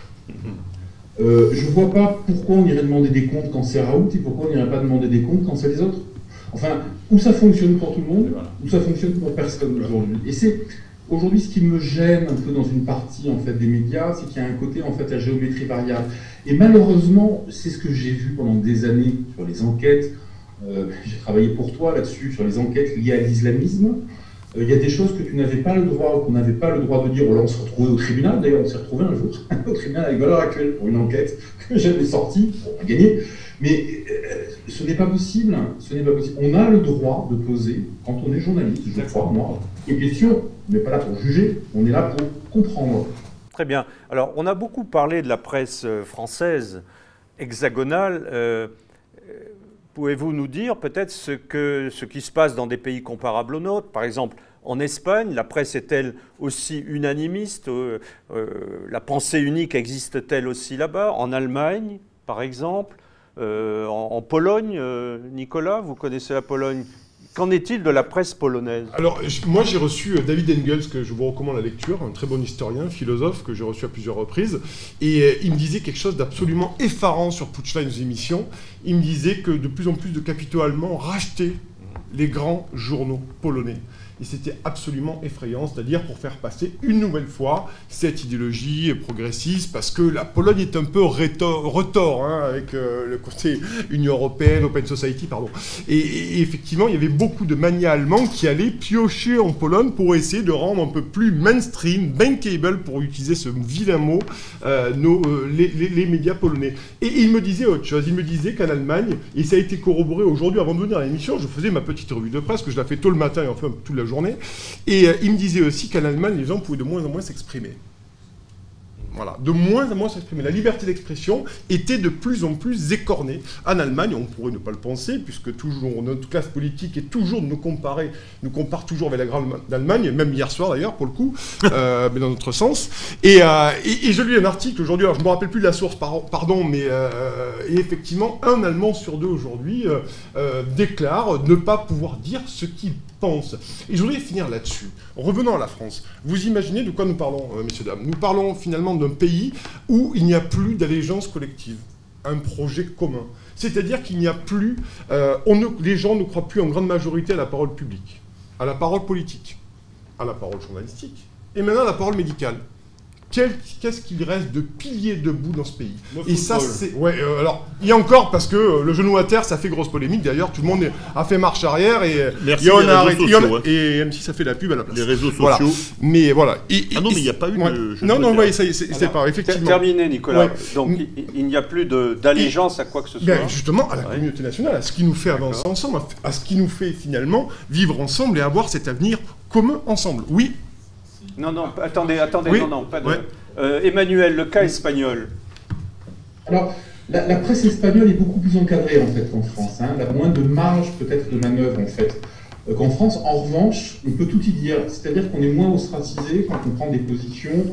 Euh, je ne vois pas pourquoi on irait demander des comptes quand c'est Raoult et pourquoi on n'irait pas demander des comptes quand c'est les autres. Enfin, ou ça fonctionne pour tout le monde, ou ça fonctionne pour personne aujourd'hui. Et c'est aujourd'hui ce qui me gêne un peu dans une partie en fait des médias, c'est qu'il y a un côté en fait à géométrie variable. Et malheureusement, c'est ce que j'ai vu pendant des années sur les enquêtes. Euh, j'ai travaillé pour toi là-dessus sur les enquêtes liées à l'islamisme. Il euh, y a des choses que tu n'avais pas le droit, qu'on n'avait pas le droit de dire. Là, on se retrouvait au tribunal. D'ailleurs, on s'est retrouvé un jour au tribunal avec Valeurs Actuelles pour une enquête que j'avais sortie. On a gagné. Mais euh, ce n'est pas possible. Ce n'est pas possible. On a le droit de poser, quand on est journaliste, je crois, moi, des questions. On n'est pas là pour juger. On est là pour comprendre. Très bien. Alors, on a beaucoup parlé de la presse française hexagonale. Euh, Pouvez-vous nous dire peut-être ce, que, ce qui se passe dans des pays comparables aux nôtres? Par exemple, en Espagne, la presse est-elle aussi unanimiste? euh, euh, La pensée unique existe-t-elle aussi là-bas? En Allemagne, par exemple, euh, en, en Pologne, euh, Nicolas, vous connaissez la Pologne? Qu'en est-il de la presse polonaise? Alors, moi, j'ai reçu David Engels, que je vous recommande la lecture, un très bon historien, philosophe, que j'ai reçu à plusieurs reprises. Et euh, il me disait quelque chose d'absolument effarant sur Punchline aux émissions. Il me disait que de plus en plus de capitaux allemands rachetaient les grands journaux polonais. Et c'était absolument effrayant, c'est-à-dire pour faire passer une nouvelle fois cette idéologie progressiste, parce que la Pologne est un peu retors hein, avec euh, le côté Union européenne, Open Society, pardon. Et, et effectivement, il y avait beaucoup de manias allemands qui allaient piocher en Pologne pour essayer de rendre un peu plus mainstream, bankable, pour utiliser ce vilain mot, euh, nos, euh, les, les, les médias polonais. Et il me disait autre chose, il me disait qu'en Allemagne, et ça a été corroboré aujourd'hui avant de venir à l'émission, je faisais ma petite revue de presse, que je la fais tôt le matin et enfin toute la journée. Et euh, il me disait aussi qu'en Allemagne, les gens pouvaient de moins en moins s'exprimer. Voilà, de moins en moins s'exprimer. La liberté d'expression était de plus en plus écornée. En Allemagne, on pourrait ne pas le penser, puisque toujours notre classe politique est toujours de nous comparer, nous compare toujours avec la grande Allemagne, même hier soir d'ailleurs, pour le coup, euh, mais dans notre sens. Et, euh, et, et je lis un article aujourd'hui, alors je ne me rappelle plus de la source, pardon, mais euh, et effectivement, un Allemand sur deux aujourd'hui euh, euh, déclare ne pas pouvoir dire ce qu'il pense. Et je voudrais finir là-dessus. Revenons à la France. Vous imaginez de quoi nous parlons, euh, messieurs, dames? Nous parlons finalement d'un pays où il n'y a plus d'allégeance collective, un projet commun. C'est-à-dire qu'il n'y a plus... Euh, on ne, les gens ne croient plus en grande majorité à la parole publique, à la parole politique, à la parole journalistique, et maintenant à la parole médicale. Qu'est-ce qu'il reste de piliers debout dans ce pays? Et ça, c'est... Ouais, euh, alors, il y a encore, parce que euh, le genou à terre, ça fait grosse polémique. D'ailleurs, tout le monde est, a fait marche arrière et... Merci, et on les a réseaux arrêté, sociaux. a, et M six, ça fait la pub à la place. Les réseaux sociaux. Voilà. Mais voilà. Et, ah non, et, mais il n'y a pas eu ouais. de... Non, non, oui, c'est pas, effectivement. Terminé, Nicolas. Ouais. Donc, il, il n'y a plus d'allégeance à quoi que ce soit. Ben, justement, à la ouais. communauté nationale, à ce qui nous fait avancer ensemble, à ce qui nous fait finalement vivre ensemble et avoir cet avenir commun ensemble. Oui. Non, non, attendez, attendez, oui. non, non, pas de... Ouais. Euh, Emmanuel, le cas espagnol. Alors, la, la presse espagnole est beaucoup plus encadrée en fait qu'en France. Hein. Elle a moins de marge peut-être de manœuvre en fait euh, qu'en France. En revanche, on peut tout y dire. C'est-à-dire qu'on est moins ostracisé quand on prend des positions.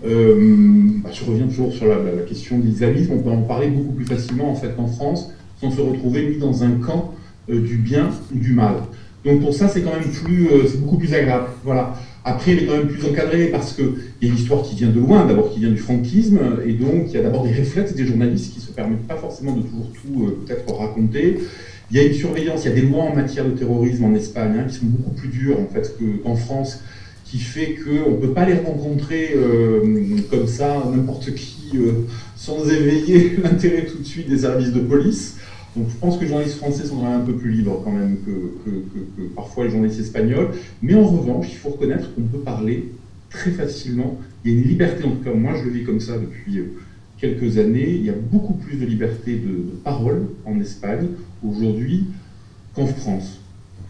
Euh, bah, je reviens toujours sur la, la, la question de l'islamisme. On peut en parler beaucoup plus facilement en fait qu'en France, sans se retrouver mis dans un camp euh, du bien ou du mal. Donc pour ça, c'est quand même plus, euh, c'est beaucoup plus agréable. Voilà. Après, elle est quand même plus encadrée parce qu'il y a une histoire qui vient de loin, d'abord qui vient du franquisme, et donc il y a d'abord des réflexes des journalistes qui ne se permettent pas forcément de toujours tout euh, peut-être raconter. Il y a une surveillance, il y a des lois en matière de terrorisme en Espagne hein, qui sont beaucoup plus dures en fait qu'en France, qui fait qu'on ne peut pas les rencontrer euh, comme ça, n'importe qui, euh, sans éveiller l'intérêt tout de suite des services de police. Donc je pense que les journalistes français sont quand même un peu plus libres quand même que, que, que, que parfois les journalistes espagnols. Mais en revanche, il faut reconnaître qu'on peut parler très facilement. Il y a une liberté, en tout cas moi je le vis comme ça depuis quelques années. Il y a beaucoup plus de liberté de, de parole en Espagne aujourd'hui qu'en France.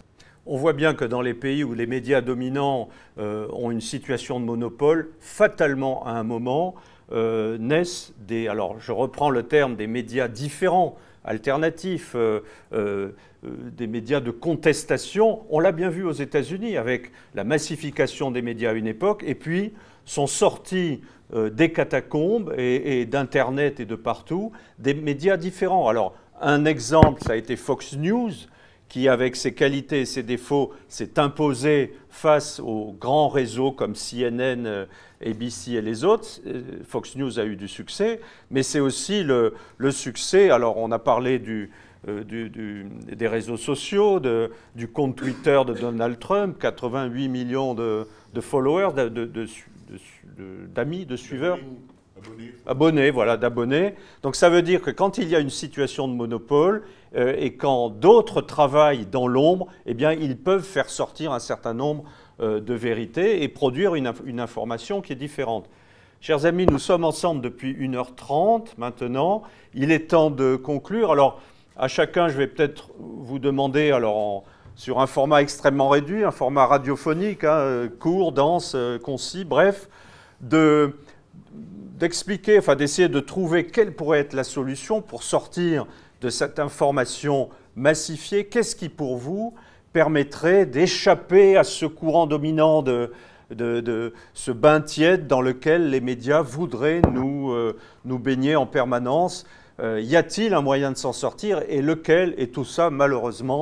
On voit bien que dans les pays où les médias dominants euh, ont une situation de monopole, fatalement à un moment euh, naissent des... Alors je reprends le terme des médias différents, alternatifs, euh, euh, des médias de contestation. On l'a bien vu aux États-Unis avec la massification des médias à une époque, et puis sont sortis euh, des catacombes et, et d'Internet et de partout des médias différents. Alors, un exemple, ça a été Fox News, qui, avec ses qualités et ses défauts, s'est imposé face aux grands réseaux comme C N N, A B C et les autres. Fox News a eu du succès, mais c'est aussi le, le succès. Alors, on a parlé du, euh, du, du, des réseaux sociaux, de, du compte Twitter de Donald Trump, quatre-vingt-huit millions de, de followers, de, de, de, d'amis, de, de suiveurs. Abonnés. Abonnés, voilà, d'abonnés. Donc ça veut dire que quand il y a une situation de monopole euh, et quand d'autres travaillent dans l'ombre, eh bien, ils peuvent faire sortir un certain nombre euh, de vérités et produire une, une information qui est différente. Chers amis, nous sommes ensemble depuis une heure trente maintenant. Il est temps de conclure. Alors, à chacun, je vais peut-être vous demander, alors en, sur un format extrêmement réduit, un format radiophonique, hein, court, dense, euh, concis, bref, de... d'expliquer, enfin d'essayer de trouver quelle pourrait être la solution pour sortir de cette information massifiée. Qu'est-ce qui, pour vous, permettrait d'échapper à ce courant dominant, de, de, de ce bain tiède dans lequel les médias voudraient nous, euh, nous baigner en permanence? euh, Y a-t-il un moyen de s'en sortir et lequel? Et tout ça, malheureusement,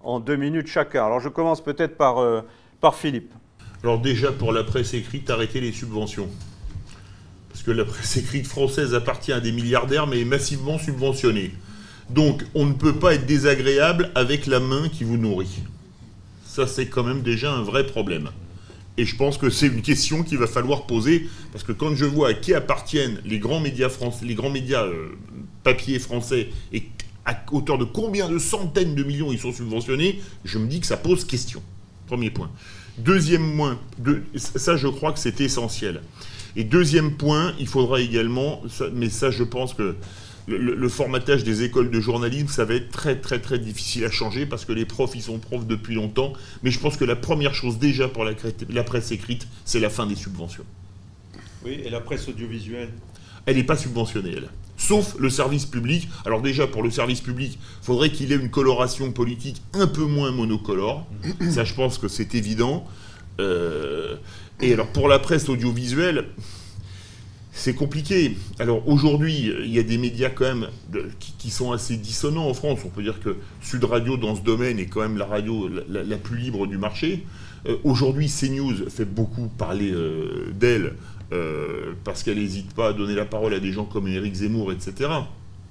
en deux minutes chacun. Alors je commence peut-être par, euh, par Philippe. Alors déjà, pour la presse écrite, arrêtez les subventions. Parce que la presse écrite française appartient à des milliardaires, mais est massivement subventionnée. Donc, on ne peut pas être désagréable avec la main qui vous nourrit. Ça, c'est quand même déjà un vrai problème. Et je pense que c'est une question qu'il va falloir poser, parce que quand je vois à qui appartiennent les grands médias français, les grands médias euh, papier français, et à hauteur de combien de centaines de millions ils sont subventionnés, je me dis que ça pose question. Premier point. Deuxième point, de, ça je crois que c'est essentiel. Et deuxième point, il faudra également, mais ça je pense que le, le, le formatage des écoles de journalisme, ça va être très très très difficile à changer parce que les profs, ils sont profs depuis longtemps. Mais je pense que la première chose déjà pour la, la presse écrite, c'est la fin des subventions. Oui, et la presse audiovisuelle ? Elle n'est pas subventionnée, elle. Sauf le service public. Alors déjà, pour le service public, il faudrait qu'il ait une coloration politique un peu moins monocolore. Ça, je pense que c'est évident. Euh, et alors, pour la presse audiovisuelle, c'est compliqué. Alors, aujourd'hui, il y a des médias quand même de, qui, qui sont assez dissonants en France. On peut dire que Sud Radio, dans ce domaine, est quand même la radio la, la, la plus libre du marché. Euh, aujourd'hui, CNews fait beaucoup parler euh, d'elle. Euh, parce qu'elle n'hésite pas à donner la parole à des gens comme Éric Zemmour, et cetera.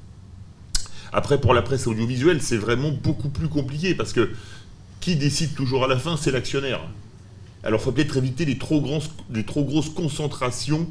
Après, pour la presse audiovisuelle, c'est vraiment beaucoup plus compliqué, parce que qui décide toujours à la fin, c'est l'actionnaire. Alors, il faut peut-être éviter les trop, grands, les trop grosses concentrations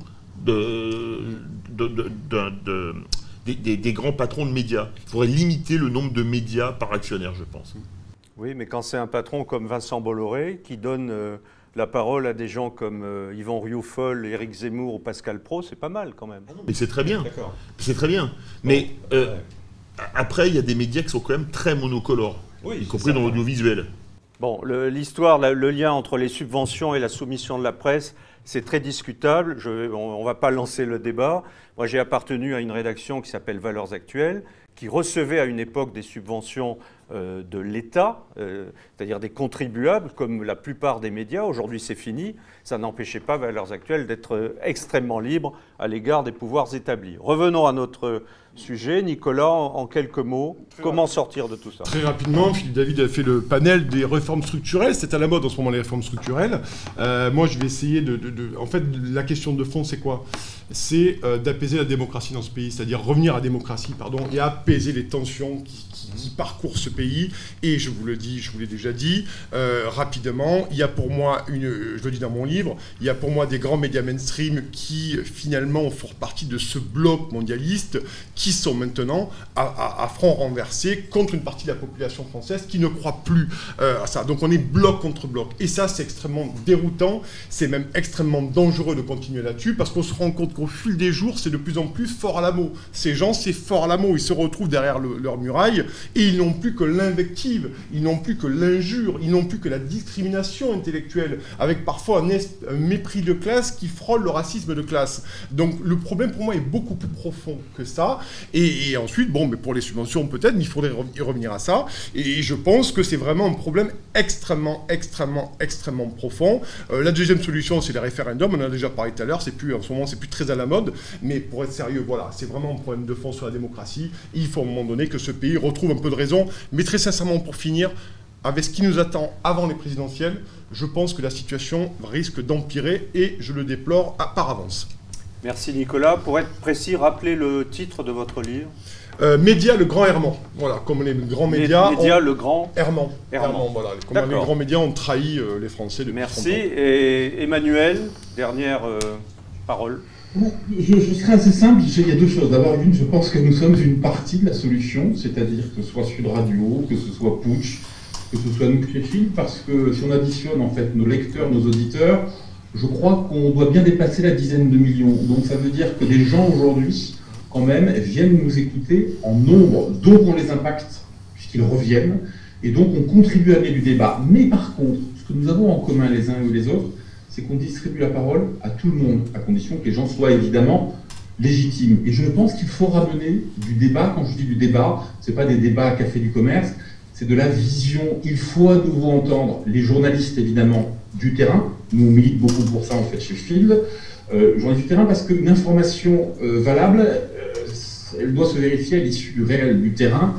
de, de, de, de, de, des, des, des grands patrons de médias. Il faudrait limiter le nombre de médias par actionnaire, je pense. Oui, mais quand c'est un patron comme Vincent Bolloré qui donne... Euh... la parole à des gens comme euh, Yvan Rioufol, Éric Zemmour ou Pascal Praud, c'est pas mal quand même. Ah non, mais c'est très bien. C'est très bien. Mais bon, euh, ouais. Après, il y a des médias qui sont quand même très monocolores, oui, y compris ça, dans l'audiovisuel. Bon, l'histoire, le, le lien entre les subventions et la soumission de la presse, c'est très discutable. Je, on ne va pas lancer le débat. Moi, j'ai appartenu à une rédaction qui s'appelle Valeurs Actuelles, qui recevait à une époque des subventions euh, de l'État, euh, c'est-à-dire des contribuables, comme la plupart des médias. Aujourd'hui, c'est fini. Ça n'empêchait pas Valeurs Actuelles d'être extrêmement libre à l'égard des pouvoirs établis. Revenons à notre sujet. Nicolas, en, en quelques mots, Très comment rapide. sortir de tout ça? Très rapidement, Philippe David a fait le panel des réformes structurelles. C'est à la mode en ce moment, les réformes structurelles. Euh, moi, je vais essayer de, de, de... En fait, la question de fond, c'est quoi? C'est euh, d'apaiser la démocratie dans ce pays, c'est-à-dire revenir à la démocratie, pardon, et apaiser les tensions qui, qui, qui parcourent ce pays. Et je vous le dis, je vous l'ai déjà dit, euh, rapidement, il y a pour moi, une, je le dis dans mon livre, il y a pour moi des grands médias mainstream qui, finalement, font partie de ce bloc mondialiste, qui sont maintenant à, à, à front renversé contre une partie de la population française qui ne croit plus euh, à ça. Donc on est bloc contre bloc. Et ça, c'est extrêmement déroutant, c'est même extrêmement dangereux de continuer là-dessus, parce qu'on se rend compte qu'au fil des jours, c'est de plus en plus fort à la mot. Ces gens, c'est fort à la mot. Ils se retrouvent derrière le, leur muraille et ils n'ont plus que l'invective, ils n'ont plus que l'injure, ils n'ont plus que la discrimination intellectuelle, avec parfois un, un mépris de classe qui frôle le racisme de classe. Donc le problème pour moi est beaucoup plus profond que ça. Et, et ensuite, bon, mais pour les subventions peut-être, mais il faudrait y revenir à ça. Et je pense que c'est vraiment un problème extrêmement, extrêmement, extrêmement profond. Euh, la deuxième solution, c'est les référendums. On en a déjà parlé tout à l'heure. C'est plus, en ce moment, c'est plus très à la mode. Mais pour être sérieux, voilà, c'est vraiment un problème de fond sur la démocratie. Et il faut à un moment donné que ce pays retrouve un peu de raison. Mais très sincèrement, pour finir, avec ce qui nous attend avant les présidentielles, je pense que la situation risque d'empirer et je le déplore à, par avance. Merci Nicolas. Pour être précis, rappelez le titre de votre livre. Euh, Média, le grand errement. Voilà, comme les grands médias. Média, ont... le grand errement. Errement. Errement, voilà. Comme les grands médias ont trahi euh, les Français depuis Merci. trente ans. Et Emmanuel, dernière euh, parole. Je, je serai assez simple. Il y a deux choses. D'abord, une, je pense que nous sommes une partie de la solution, c'est-à-dire que ce soit Sud Radio, que ce soit Putsch, que ce soit nous Créfil, parce que si on additionne en fait nos lecteurs, nos auditeurs, je crois qu'on doit bien dépasser la dizaine de millions. Donc ça veut dire que des gens aujourd'hui, quand même, viennent nous écouter en nombre. Donc on les impacte, puisqu'ils reviennent. Et donc on contribue à amener du débat. Mais par contre, ce que nous avons en commun les uns et les autres, c'est qu'on distribue la parole à tout le monde, à condition que les gens soient évidemment légitimes. Et je pense qu'il faut ramener du débat. Quand je dis du débat, ce n'est pas des débats à café du commerce, c'est de la vision. Il faut à nouveau entendre les journalistes, évidemment, du terrain. Nous, on milite beaucoup pour ça, en fait, chez Field. Euh, journalistes du terrain, parce qu'une information euh, valable, euh, elle doit se vérifier à l'issue du réel, du terrain.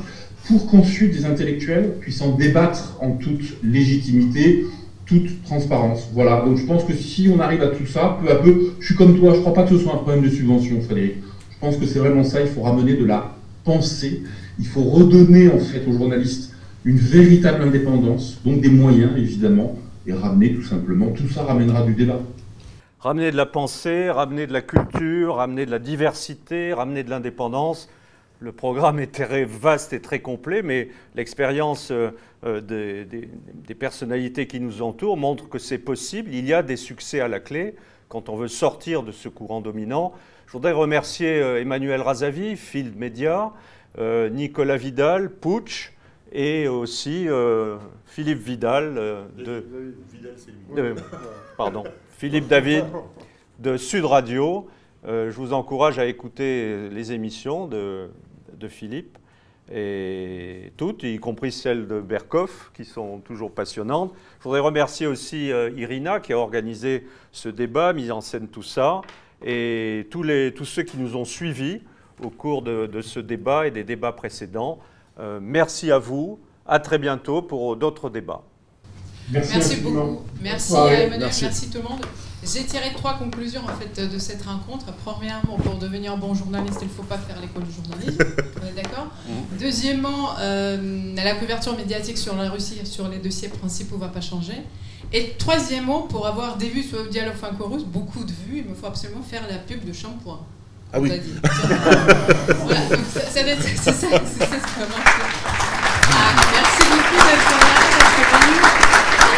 pour qu'ensuite des intellectuels puissent en débattre en toute légitimité, toute transparence. Voilà, donc je pense que si on arrive à tout ça, peu à peu, je suis comme toi, je ne crois pas que ce soit un problème de subvention, Frédéric. Je pense que c'est vraiment ça, il faut ramener de la pensée, il faut redonner en fait aux journalistes une véritable indépendance, donc des moyens évidemment, et ramener tout simplement, tout ça ramènera du débat. Ramener de la pensée, ramener de la culture, ramener de la diversité, ramener de l'indépendance. Le programme est très vaste et très complet, mais l'expérience euh, des, des, des personnalités qui nous entourent montre que c'est possible. Il y a des succès à la clé quand on veut sortir de ce courant dominant. Je voudrais remercier euh, Emmanuel Razavi, Field Media, euh, Nicolas Vidal, Putsch, et aussi euh, Philippe Vidal, euh, de, de, pardon, Philippe David de Sud Radio. Euh, je vous encourage à écouter les émissions de, de Philippe, et toutes, y compris celles de Berkoff, qui sont toujours passionnantes. Je voudrais remercier aussi euh, Irina, qui a organisé ce débat, mis en scène tout ça, et tous, les, tous ceux qui nous ont suivis au cours de, de ce débat et des débats précédents. Euh, merci à vous, à très bientôt pour d'autres débats. Merci, merci beaucoup. Merci ouais, à Emmanuel, merci. merci tout le monde. J'ai tiré trois conclusions en fait de cette rencontre. Premièrement, pour devenir bon journaliste, il ne faut pas faire l'école du journalisme. On est d'accord. Deuxièmement, euh, la couverture médiatique sur la Russie, sur les dossiers principaux, ne va pas changer. Et troisièmement, pour avoir des vues sur le dialogue franco-russe, beaucoup de vues, il me faut absolument faire la pub de shampoing. Ah oui. Voilà, donc ça, ça, c'est ça, c'est ça, c'est ça. Ah, merci beaucoup d'être là, d'être venu.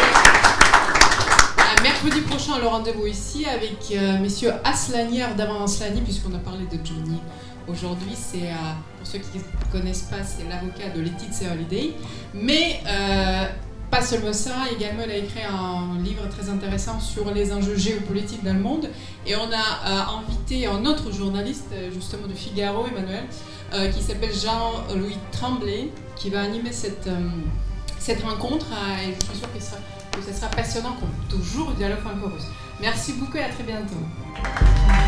Mercredi prochain, le rendez-vous ici avec euh, messieurs Aslani, Ardavan Aslani, puisqu'on a parlé de Johnny aujourd'hui. C'est, euh, pour ceux qui ne connaissent pas, c'est l'avocat de Laetitia Hallyday. Mais euh, pas seulement ça, également il a écrit un livre très intéressant sur les enjeux géopolitiques dans le monde. Et on a euh, invité un autre journaliste, justement du Figaro, Emmanuel, euh, qui s'appelle Jean-Louis Tremblay, qui va animer cette, euh, cette rencontre. Euh, et je suis sûre qu'il sera... que ce sera passionnant comme toujours au dialogue franco-russe. Merci beaucoup et à très bientôt.